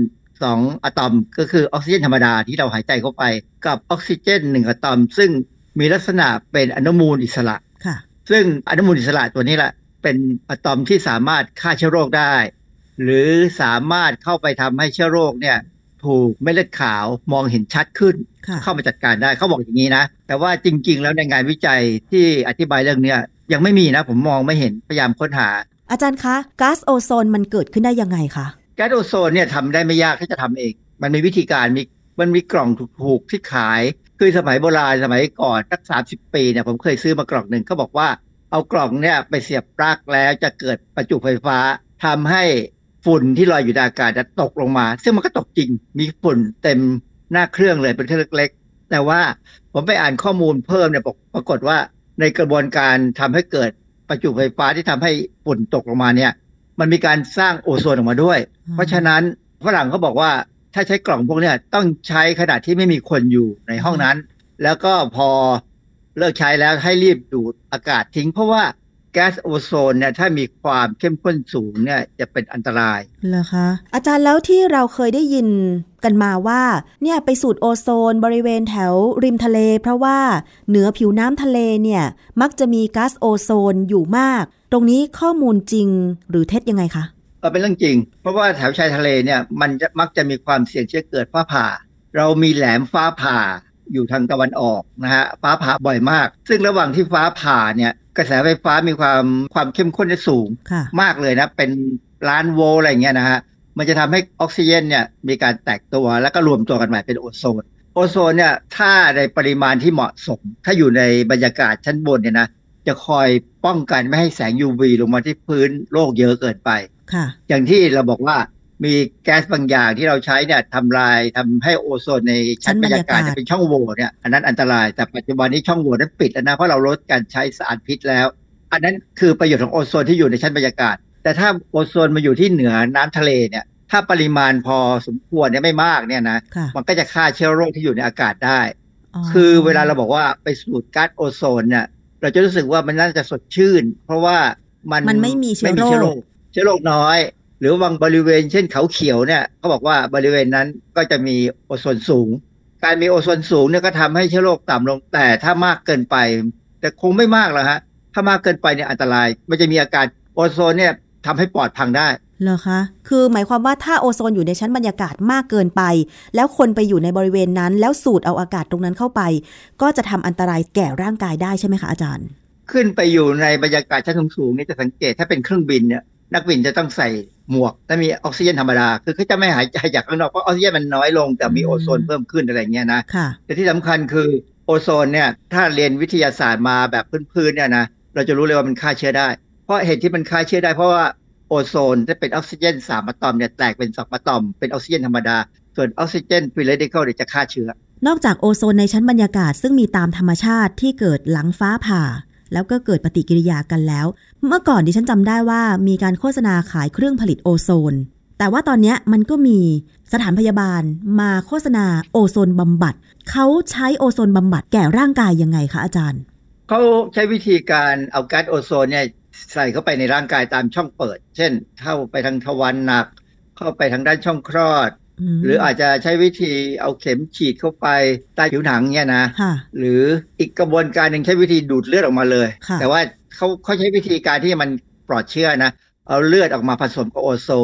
2อะตอมก็คือออกซิเจนธรรมดาที่เราหายใจเข้าไปกับออกซิเจน1อะตอมซึ่งมีลักษณะเป็นอนุมูลอิสระซึ่งอนุมูลอิสระตัวนี้แหละเป็นอะตอมที่สามารถฆ่าเชื้อโรคได้หรือสามารถเข้าไปทำให้เชื้อโรคเนี่ยถูกเม็ดเลือดขาวมองเห็นชัดขึ้นเข้ามาจัดการได้เขาบอกอย่างนี้นะแต่ว่าจริงๆแล้วในงานวิจัยที่อธิบายเรื่องนี้ยังไม่มีนะผมมองไม่เห็นพยายามค้นหาอาจารย์คะก๊าซโอโซนมันเกิดขึ้นได้ยังไงคะก๊าซโอโซนเนี่ยทำได้ไม่ยากที่จะทำเองมันมีวิธีการมันมีกล่องถูกๆที่ขายคือสมัยโบราณสมัยก่อนสัก30 ปีเนี่ยผมเคยซื้อมากล่องหนึ่งเขาบอกว่าเอากล่องเนี่ยไปเสียบปลั๊กแล้วจะเกิดประจุไฟฟ้าทำให้ฝุ่นที่ลอยอยู่ในอากาศจะตกลงมาซึ่งมันก็ตกจริงมีฝุ่นเต็มหน้าเครื่องเลยเป็นเครื่องเล็กๆแต่ว่าผมไปอ่านข้อมูลเพิ่มเนี่ยปรากฏว่าในกระบวนการทำให้เกิดประจุไฟฟ้าที่ทำให้ฝุ่นตกลงมาเนี่ยมันมีการสร้างโอโซนออกมาด้วยเพราะฉะนั้นฝรั่งเขาบอกว่าถ้าใช้กล่องพวกนี้ต้องใช้ขณะที่ไม่มีคนอยู่ในห้องนั้นแล้วก็พอเลิกใช้แล้วให้รีบดูดอากาศทิ้งเพราะว่าแก๊สโอโซนเนี่ยถ้ามีความเข้มข้นสูงเนี่ยจะเป็นอันตรายเหรอคะอาจารย์แล้วที่เราเคยได้ยินกันมาว่าเนี่ยไปสูดโอโซนบริเวณแถวริมทะเลเพราะว่าเหนือผิวน้ำทะเลเนี่ยมักจะมีก๊าซโอโซนอยู่มากตรงนี้ข้อมูลจริงหรือเท็จยังไงคะเป็นเรื่องจริงเพราะว่าแถวชายทะเลเนี่ยมันมักจะมีความเสี่ยงที่จะเกิดฟ้าผ่าเรามีแหลมฟ้าผ่าอยู่ทางตะวันออกนะฮะฟ้าผ่าบ่อยมากซึ่งระหว่างที่ฟ้าผ่าเนี่ยกระแสไฟฟ้ามีความเข้มข้นที่สูงมากเลยนะเป็นล้านโวลต์อะไรเงี้ยนะฮะมันจะทำให้ออกซิเจนเนี่ยมีการแตกตัวแล้วก็รวมตัวกันใหม่เป็นโอโซนเนี่ยถ้าในปริมาณที่เหมาะสมถ้าอยู่ในบรรยากาศชั้นบนเนี่ยนะจะคอยป้องกันไม่ให้แสง UV ลงมาที่พื้นโลกเยอะเกินไปอย่างที่เราบอกว่ามีแก๊สบางอย่างที่เราใช้เนี่ยทำให้โอโซนในชั้นบรรยากาศเป็นช่องโหว่เนี่ยอันนั้นอันตรายแต่ปัจจุบันนี้ช่องโหว่นั้นปิดแล้วนะเพราะเราลดการใช้สารพิษแล้วอันนั้นคือประโยชน์ของโอโซนที่อยู่ในชั้นบรรยากาศแต่ถ้าโอโซนมาอยู่ที่เหนือน้ำทะเลเนี่ยถ้าปริมาณพอสมควรเนี่ยไม่มากเนี่ยนะมันก็จะฆ่าเชื้อโรคที่อยู่ในอากาศได้คือเวลาเราบอกว่าไปสูดก๊าซโอโซนเนี่ยเราจะรู้สึกว่ามันน่าจะสดชื่นเพราะว่ามันไม่มีเชื้อโรคน้อยหรือบางบริเวณเช่นเขาเขียวเนี่ยเขาบอกว่าบริเวณนั้นก็จะมีโอโซนสูงการมีโอโซนสูงเนี่ยก็ทำให้เชื้อโรคต่ำลงแต่ถ้ามากเกินไปแต่คงไม่มากหรอกฮะถ้ามากเกินไปเนี่ยอันตรายมันจะมีอาการโอโซนเนี่ยทำให้ปอดพังได้เหรอคะคือหมายความว่าถ้าโอโซนอยู่ในชั้นบรรยากาศมากเกินไปแล้วคนไปอยู่ในบริเวณนั้นแล้วสูดเอาอากาศตรงนั้นเข้าไปก็จะทำอันตรายแก่ร่างกายได้ใช่ไหมคะอาจารย์ขึ้นไปอยู่ในบรรยากาศชั้นสูงๆนี่จะสังเกตถ้าเป็นเครื่องบินเนี่ยนักบินจะต้องใส่หมวกและมีออกซิเจนธรรมดาคือเขาจะไม่หายใจจากข้างนอกเพราะออกซิเจนมันน้อยลงแต่มีโอโซนเพิ่มขึ้นอะไรเงี้ยนะแต่ที่สำคัญคือโอโซนเนี่ยถ้าเรียนวิทยาศาสตร์มาแบบพื้นๆเนี่ยนะเราจะรู้เลยว่ามันฆ่าเชื้อได้เพราะเหตุที่มันฆ่าเชื้อได้เพราะว่าโอโซนที่เป็นออกซิเจน3อะตอมเนี่ยแตกเป็น2อะตอมเป็นออกซิเจนธรรมดาส่วนออกซิเจนฟรีเรดิเคิลจะฆ่าเชื้อนอกจากโอโซนในชั้นบรรยากาศซึ่งมีตามธรรมชาติที่เกิดหลังฟ้าผ่าแล้วก็เกิดปฏิกิริยากันแล้วเมื่อก่อนดิฉันจำได้ว่ามีการโฆษณาขายเครื่องผลิตโอโซนแต่ว่าตอนนี้มันก็มีสถานพยาบาลมาโฆษณาโอโซนบำบัดเขาใช้โอโซนบำบัดแก่ร่างกายยังไงคะอาจารย์เขาใช้วิธีการเอาก๊าซโอโซนเนี่ยใส่เข้าไปในร่างกายตามช่องเปิดเช่นเข้าไปทางทวารหนักเข้าไปทางด้านช่องคลอดหรืออาจจะใช้วิธีเอาเข็มฉีดเข้าไปใต้ผิวหนังเนี่ยนะหรืออีกกระบวนการหนึ่งใช้วิธีดูดเลือดออกมาเลยแต่ว่าเขาใช้วิธีการที่มันปลอดเชื้อนะเอาเลือดออกมาผสมกับโอโซน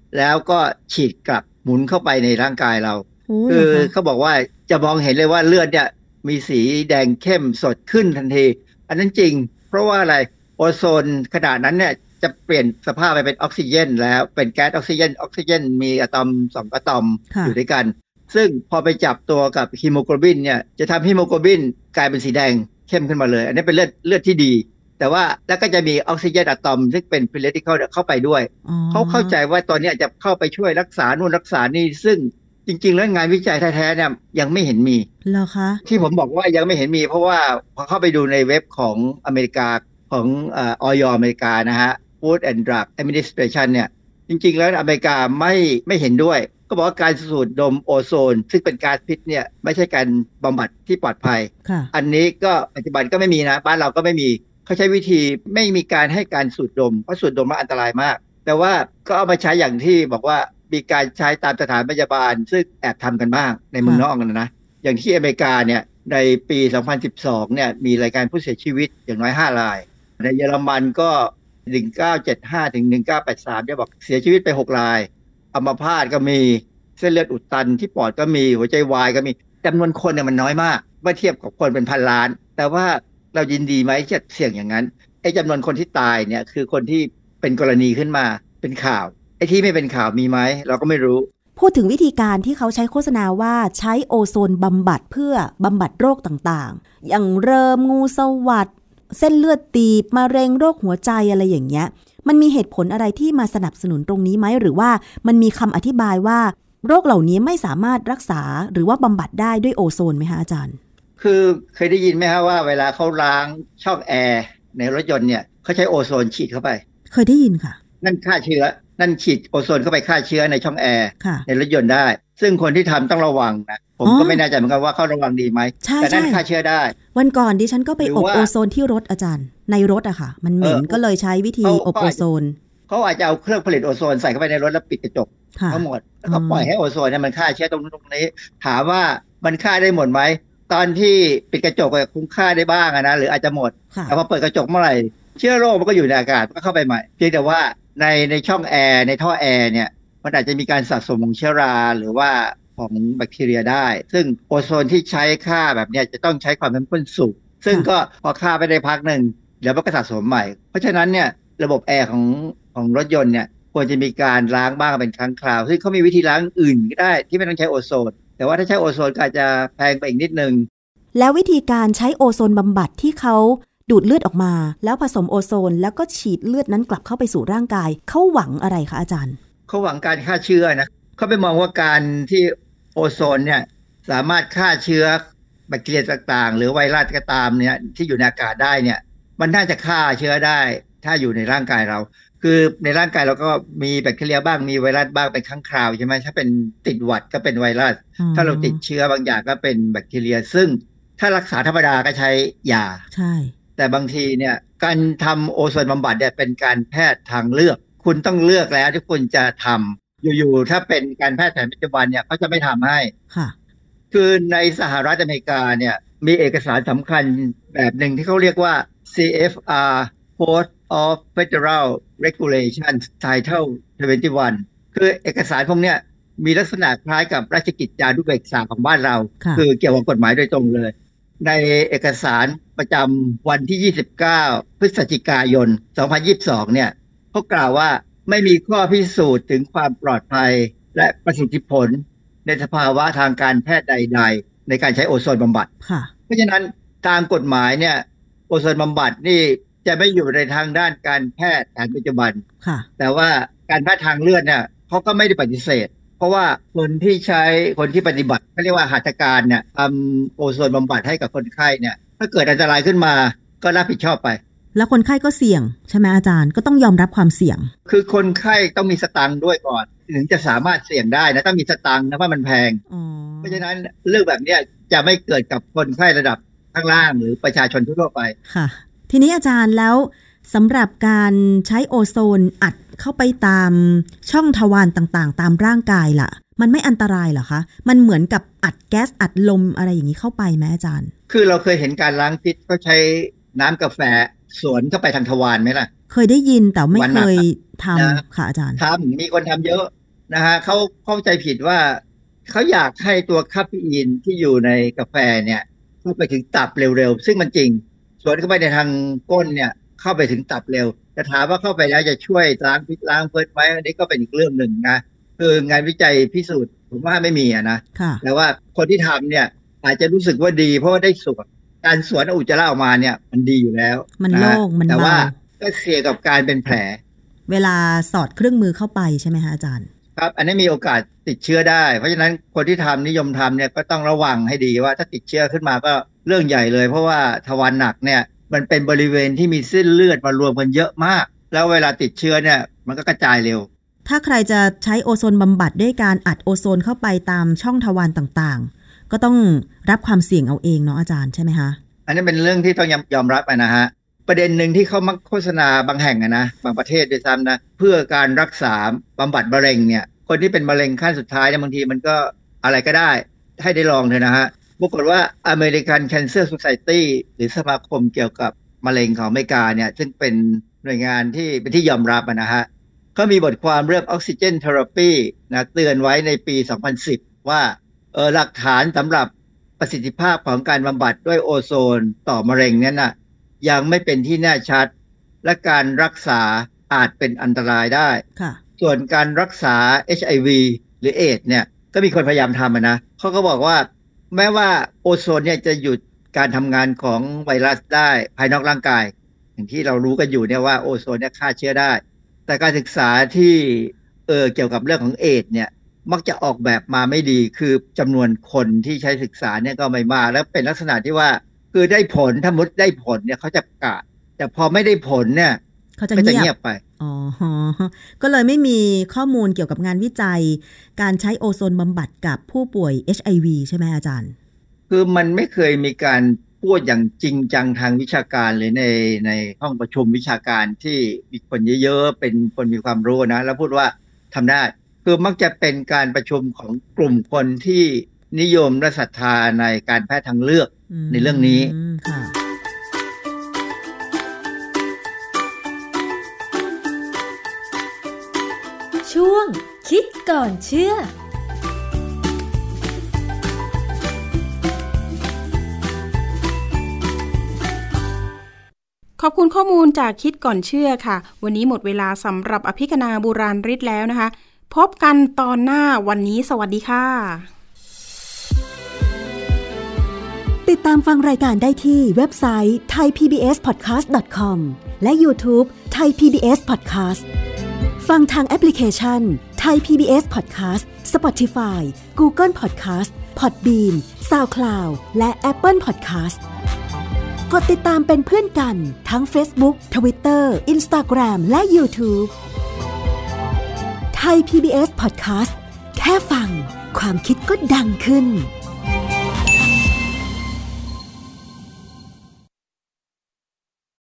แล้วก็ฉีดกลับหมุนเข้าไปในร่างกายเราคืคือเขาบอกว่าจะมองเห็นเลยว่าเลือดเนี่ยมีสีแดงเข้มสดขึ้นทันทีอันนั้นจริงเพราะว่าอะไรโอโซนขนาดนั้นเนี่ยจะเปลี่ยนสภาพไปเป็นออกซิเจนแล้วเป็นแก๊สออกซิเจนมีอะตอม2อะตอมอยู่ด้วยกันซึ่งพอไปจับตัวกับฮีโมโกลบินเนี่ยจะทำฮีโมโกลบินกลายเป็นสีแดงเข้มขึ้นมาเลยอันนี้เป็นเลือดที่ดีแต่ว่าแล้วก็จะมีออกซิเจนอะตอมซึ่งเป็นฟรีเรดิคอลเข้าไปด้วยเขาเข้าใจว่าตอนนี้จะเข้าไปช่วยรักษานู่นรักษานี่ซึ่งจริงๆแล้วงานวิจัยแท้ๆเนี่ยยังไม่เห็นมีเหรอคะที่ผมบอกว่ายังไม่เห็นมีเพราะว่าพอเข้าไปดูในเว็บของอเมริกาของอย.อเมริกานะฮะ Food and Drug Administration เนี่ยจริงๆแล้วอเมริกาไม่เห็นด้วยก็บอกว่าการสูดดมโอโซนซึ่งเป็นก๊าซพิษเนี่ยไม่ใช่การบำบัดที่ปลอดภัยอันนี้ก็ปัจจุบันก็ไม่มีนะบ้านเราก็ไม่มีเขาใช้วิธีไม่มีการให้การสูดดมเพราะสูดดมมันอันตรายมากแต่ว่าก็เอามาใช้อย่างที่บอกว่ามีการใช้ตามสถานพยาบาลซึ่งแอบทำกันบ้างในเมืองนอกนะอย่างที่อเมริกาเนี่ยในปี 2012 เนี่ยมีรายการผู้เสียชีวิตอย่างน้อย5 รายในเยอรมันก็1975 ถึง 1983เนี่ยบอกเสียชีวิตไป6 รายอัมพาตก็มีเส้นเลือดอุดตันที่ปอดก็มีหัวใจวายก็มีจำนวนคนเนี่ยมันน้อยมากเมื่อเทียบกับคนเป็นพันล้านแต่ว่าเรายินดีไหมที่จะเสี่ยงอย่างนั้นไอ้จำนวนคนที่ตายเนี่ยคือคนที่เป็นกรณีขึ้นมาเป็นข่าวไอ้ที่ไม่เป็นข่าวมีไหมเราก็ไม่รู้พูดถึงวิธีการที่เขาใช้โฆษณาว่าใช้โอโซนบำบัดเพื่อบำบัดโรคต่างๆอย่างเริมงูสวัสด์เส้นเลือดตีบมะเร็งโรคหัวใจอะไรอย่างเงี้ยมันมีเหตุผลอะไรที่มาสนับสนุนตรงนี้ไหมหรือว่ามันมีคำอธิบายว่าโรคเหล่านี้ไม่สามารถรักษาหรือว่าบำบัดได้ด้วยโอโซนไหมคะอาจารย์คือเคยได้ยินไหมคะว่าเวลาเขาล้างช่องแอร์ในรถยนต์เนี่ยเขาใช้โอโซนฉีดเข้าไปเคยได้ยินค่ะนั่นฆ่าเชื้อนั่นฉีดโอโซนเข้าไปฆ่าเชื้อในช่องแอร์ในรถยนต์ได้ซึ่งคนที่ทำต้องระวังนะผมก็ไม่แน่ใจเหมือนกันว่าเขาระวังดีไหมแต่นั่นฆ่าเชื้อได้วันก่อนดิฉันก็ไปอบโอโซนที่รถอาจารย์ในรถอะค่ะมันเหม็นก็เลยใช้วิธีอบโอโซนเขาอาจจะเอาเครื่องผลิตโอโซนใส่เข้าไปในรถแล้วปิดกระจกทั้งหมดแล้วก็ปล่อยให้โอโซนเนี่ยมันฆ่าเชื้อตรงนี้ถามว่ามันฆ่าได้หมดไหมตอนที่ปิดกระจกคงฆ่าได้บ้างนะหรืออาจจะหมดแต่พอเปิดกระจกเมื่อไหร่เชื้อโรคมันก็อยู่ในอากาศมันก็เข้าไปใหม่เพียงแต่ว่าในช่องแอร์ในท่อแอร์เนี่ยมันอาจจะมีการสะสมของเชื้อราหรือว่าของแบคทีเรียได้ซึ่งโอโซนที่ใช้ฆ่าแบบนี้จะต้องใช้ความเข้มข้นสูงซึ่งก็พอฆ่าไปได้พักหนึ่งเดี๋ยวมันก็สะสมใหม่เพราะฉะนั้นเนี่ยระบบแอร์ของรถยนต์เนี่ยควรจะมีการล้างบ้างเป็นครั้งคราวซึ่งเขามีวิธีล้างอื่นก็ได้ที่ไม่ต้องใช้โอโซนแต่ว่าถ้าใช้โอโซนก็อาจจะแพงไปอีกนิดนึงแล้ววิธีการใช้โอโซนบำบัดที่เขาดูดเลือดออกมาแล้วผสมโอโซนแล้วก็ฉีดเลือดนั้นกลับเข้าไปสู่ร่างกายเขาหวังอะไรคะอาจารย์เขาหวังการฆ่าเชื้อนะเขาไปมองว่าการที่โอโซนเนี่ยสามารถฆ่าเชื้อแบคทีเรียต่างๆหรือไวรัสก็ตามเนี่ยที่อยู่ในอากาศได้เนี่ยมันน่าจะฆ่าเชื้อได้ถ้าอยู่ในร่างกายเราคือในร่างกายเราก็มีแบคทีเรียบ้างมีไวรัสบ้างเป็นครั้งคราวใช่ไหมถ้าเป็นติดหวัดก็เป็นไวรัสถ้าเราติดเชื้อบางอย่างก็เป็นแบคทีเรียซึ่งถ้ารักษาธรรมดาก็ใช้ยาใช่แต่บางทีเนี่ยการทำโอโซนบำบัดเนี่ยเป็นการแพทย์ทางเลือกคุณต้องเลือกแล้วที่คุณจะทำอยู่ๆถ้าเป็นการแพทย์แผนปัจจุบันเนี่ยเขาจะไม่ทำให้ค่ะคือในสหรัฐอเมริกาเนี่ยมีเอกสารสำคัญแบบหนึ่งที่เขาเรียกว่า CFR Code of Federal Regulations Title 21คือเอกสารพวกเนี้ยมีลักษณะคล้ายกับราชกิจจานุเบกษาของบ้านเราคือเกี่ยวกับกฎหมายโดยตรงเลยในเอกสารประจำวันที่29พฤศจิกายน2022เนี่ยเขากล่าวว่าไม่มีข้อพิสูจน์ถึงความปลอดภัยและประสิทธิผลในสภาวะทางการแพทย์ใดๆในการใช้โอโซนบำบัดเพราะฉะนั้นตามกฎหมายเนี่ยโอโซนบำบัดนี่จะไม่อยู่ในทางด้านการแพทย์แผนปัจจุบันแต่ว่าการแพทย์ทางเลือดเนี่ยเขาก็ไม่ได้ปฏิเสธเพราะว่าคนที่ปฏิบัติเขาเรียกว่าหัตถการเนี่ยทำโอโซนบำบัดให้กับคนไข้เนี่ยถ้าเกิดอันตรายขึ้นมาก็รับผิดชอบไปแล้วคนไข้ก็เสี่ยงใช่ไหมอาจารย์ก็ต้องยอมรับความเสี่ยงคือคนไข้ต้องมีสตังค์ด้วยก่อนถึงจะสามารถเสี่ยงได้นะต้องมีสตังค์นะว่ามันแพงเพราะฉะนั้นเรื่องแบบนี้จะไม่เกิดกับคนไข้ระดับข้างล่างหรือประชาชนทั่วไปค่ะทีนี้อาจารย์แล้วสำหรับการใช้โอโซนอัดเข้าไปตามช่องทวารต่างๆตามร่างกายล่ะมันไม่อันตรายเหรอคะมันเหมือนกับอัดแก๊สอัดลมอะไรอย่างนี้เข้าไปไหมอาจารย์คือเราเคยเห็นการล้างพิษก็ใช้น้ำกาแฟสวนเข้าไปทางทวารไหมล่ะเคยได้ยินแต่ไม่เคยทำค่ะอาจารย์ทำมีคนทำเยอะนะฮะเขาเข้าใจผิดว่าเขาอยากให้ตัวคาเฟอีนที่อยู่ในกาแฟเนี่ยเข้าไปถึงตับเร็วๆซึ่งมันจริงส่วนเข้าไปในทางก้นเนี่ยเข้าไปถึงตับเร็วจะถามว่าเข้าไปแล้วจะช่วยล้างพิษล้างเพิษไหมอันนี้ก็เป็นอีกเรื่องหนึ่งนะคืองานวิจัยพิสูจน์ผมว่าไม่มีนะแต่ว่าคนที่ทำเนี่ยอาจจะรู้สึกว่าดีเพราะว่าได้สวนการสวนอุจจาระออกมาเนี่ยมันดีอยู่แล้วมันโล่งมันเบาแต่ว่าก็เสี่ยงกับการเป็นแผลเวลาสอดเครื่องมือเข้าไปใช่ไหมคะอาจารย์ครับอันนี้มีโอกาสติดเชื้อได้เพราะฉะนั้นคนที่ทำนิยมทำเนี่ยก็ต้องระวังให้ดีว่าถ้าติดเชื้อขึ้นมาก็เรื่องใหญ่เลยเพราะว่าทวารหนักเนี่ยมันเป็นบริเวณที่มีเส้นเลือดมารวมกันเยอะมากแล้วเวลาติดเชื้อเนี่ยมันก็กระจายเร็วถ้าใครจะใช้โอโซนบำบัดด้วยการอัดโอโซนเข้าไปตามช่องทวารต่างๆก็ต้องรับความเสี่ยงเอาเองเนาะอาจารย์ใช่ไหมคะอันนี้เป็นเรื่องที่ต้องยอมรับนะฮะประเด็นหนึ่งที่เขามักโฆษณาบางแห่งนะบางประเทศด้วยซ้ำนะเพื่อการรักษาบำบัดมะเร็งเนี่ยคนที่เป็นมะเร็งขั้นสุดท้ายเนี่ยบางทีมันก็อะไรก็ได้ให้ได้ลองเถอะนะฮะปรากฏว่า American Cancer Society หรือสมาคมเกี่ยวกับมะเร็งของอเมริกาเนี่ยซึ่งเป็นหน่วยงานที่เป็นที่ยอมรับนะฮะเขามีบทความเรื่องออกซิเจนเทอราปีนะเตือนไว้ในปี 2010 ว่าหลักฐานสำหรับประสิทธิภาพของการบำบัดด้วยโอโซนต่อมะเร็งนั้นน่ะยังไม่เป็นที่แน่ชัดและการรักษาอาจเป็นอันตรายได้ส่วนการรักษา HIV หรือเอดส์เนี่ยก็มีคนพยายามทำนะเขาก็บอกว่าแม้ว่าโอโซนเนี่ยจะหยุดการทำงานของไวรัสได้ภายนอกร่างกายอย่างที่เรารู้กันอยู่เนี่ยว่าโอโซนเนี่ยฆ่าเชื้อได้แต่การศึกษาที่เกี่ยวกับเรื่องของเอดส์เนี่ยมักจะออกแบบมาไม่ดีคือจำนวนคนที่ใช้ศึกษาเนี่ยก็ไม่มากแล้วเป็นลักษณะที่ว่าคือได้ผลถ้ามุดได้ผลเนี่ยเขาจะประกาศแต่พอไม่ได้ผลเนี่ยเขาจะเงียบไปก็เลยไม่มีข้อมูลเกี่ยวกับงานวิจัยการใช้โอโซนบำบัดกับผู้ป่วย HIV ใช่ไหมอาจารย์คือมันไม่เคยมีการพูดอย่างจริงจังทางวิชาการเลยในห้องประชุมวิชาการที่มีคนเยอะๆเป็นคนมีความรู้นะแล้วพูดว่าทำได้คือมักจะเป็นการประชุมของกลุ่มคนที่นิยมและศรัทธาในการแพทย์ทางเลือกในเรื่องนี้ช่วงคิดก่อนเชื่อขอบคุณข้อมูลจากคิดก่อนเชื่อค่ะวันนี้หมดเวลาสำหรับอภิคณาบุราริศแล้วนะคะพบกันตอนหน้าวันนี้สวัสดีค่ะติดตามฟังรายการได้ที่เว็บไซต์ thaipbspodcast.com และ YouTube Thai PBS Podcast ฟังทางแอปพลิเคชัน Thai PBS Podcast Spotify Google Podcast Podbean SoundCloud และ Apple Podcastกดติดตามเป็นเพื่อนกันทั้ง Facebook Twitter Instagram และ YouTube Thai PBS Podcast แค่ฟังความคิดก็ดังขึ้น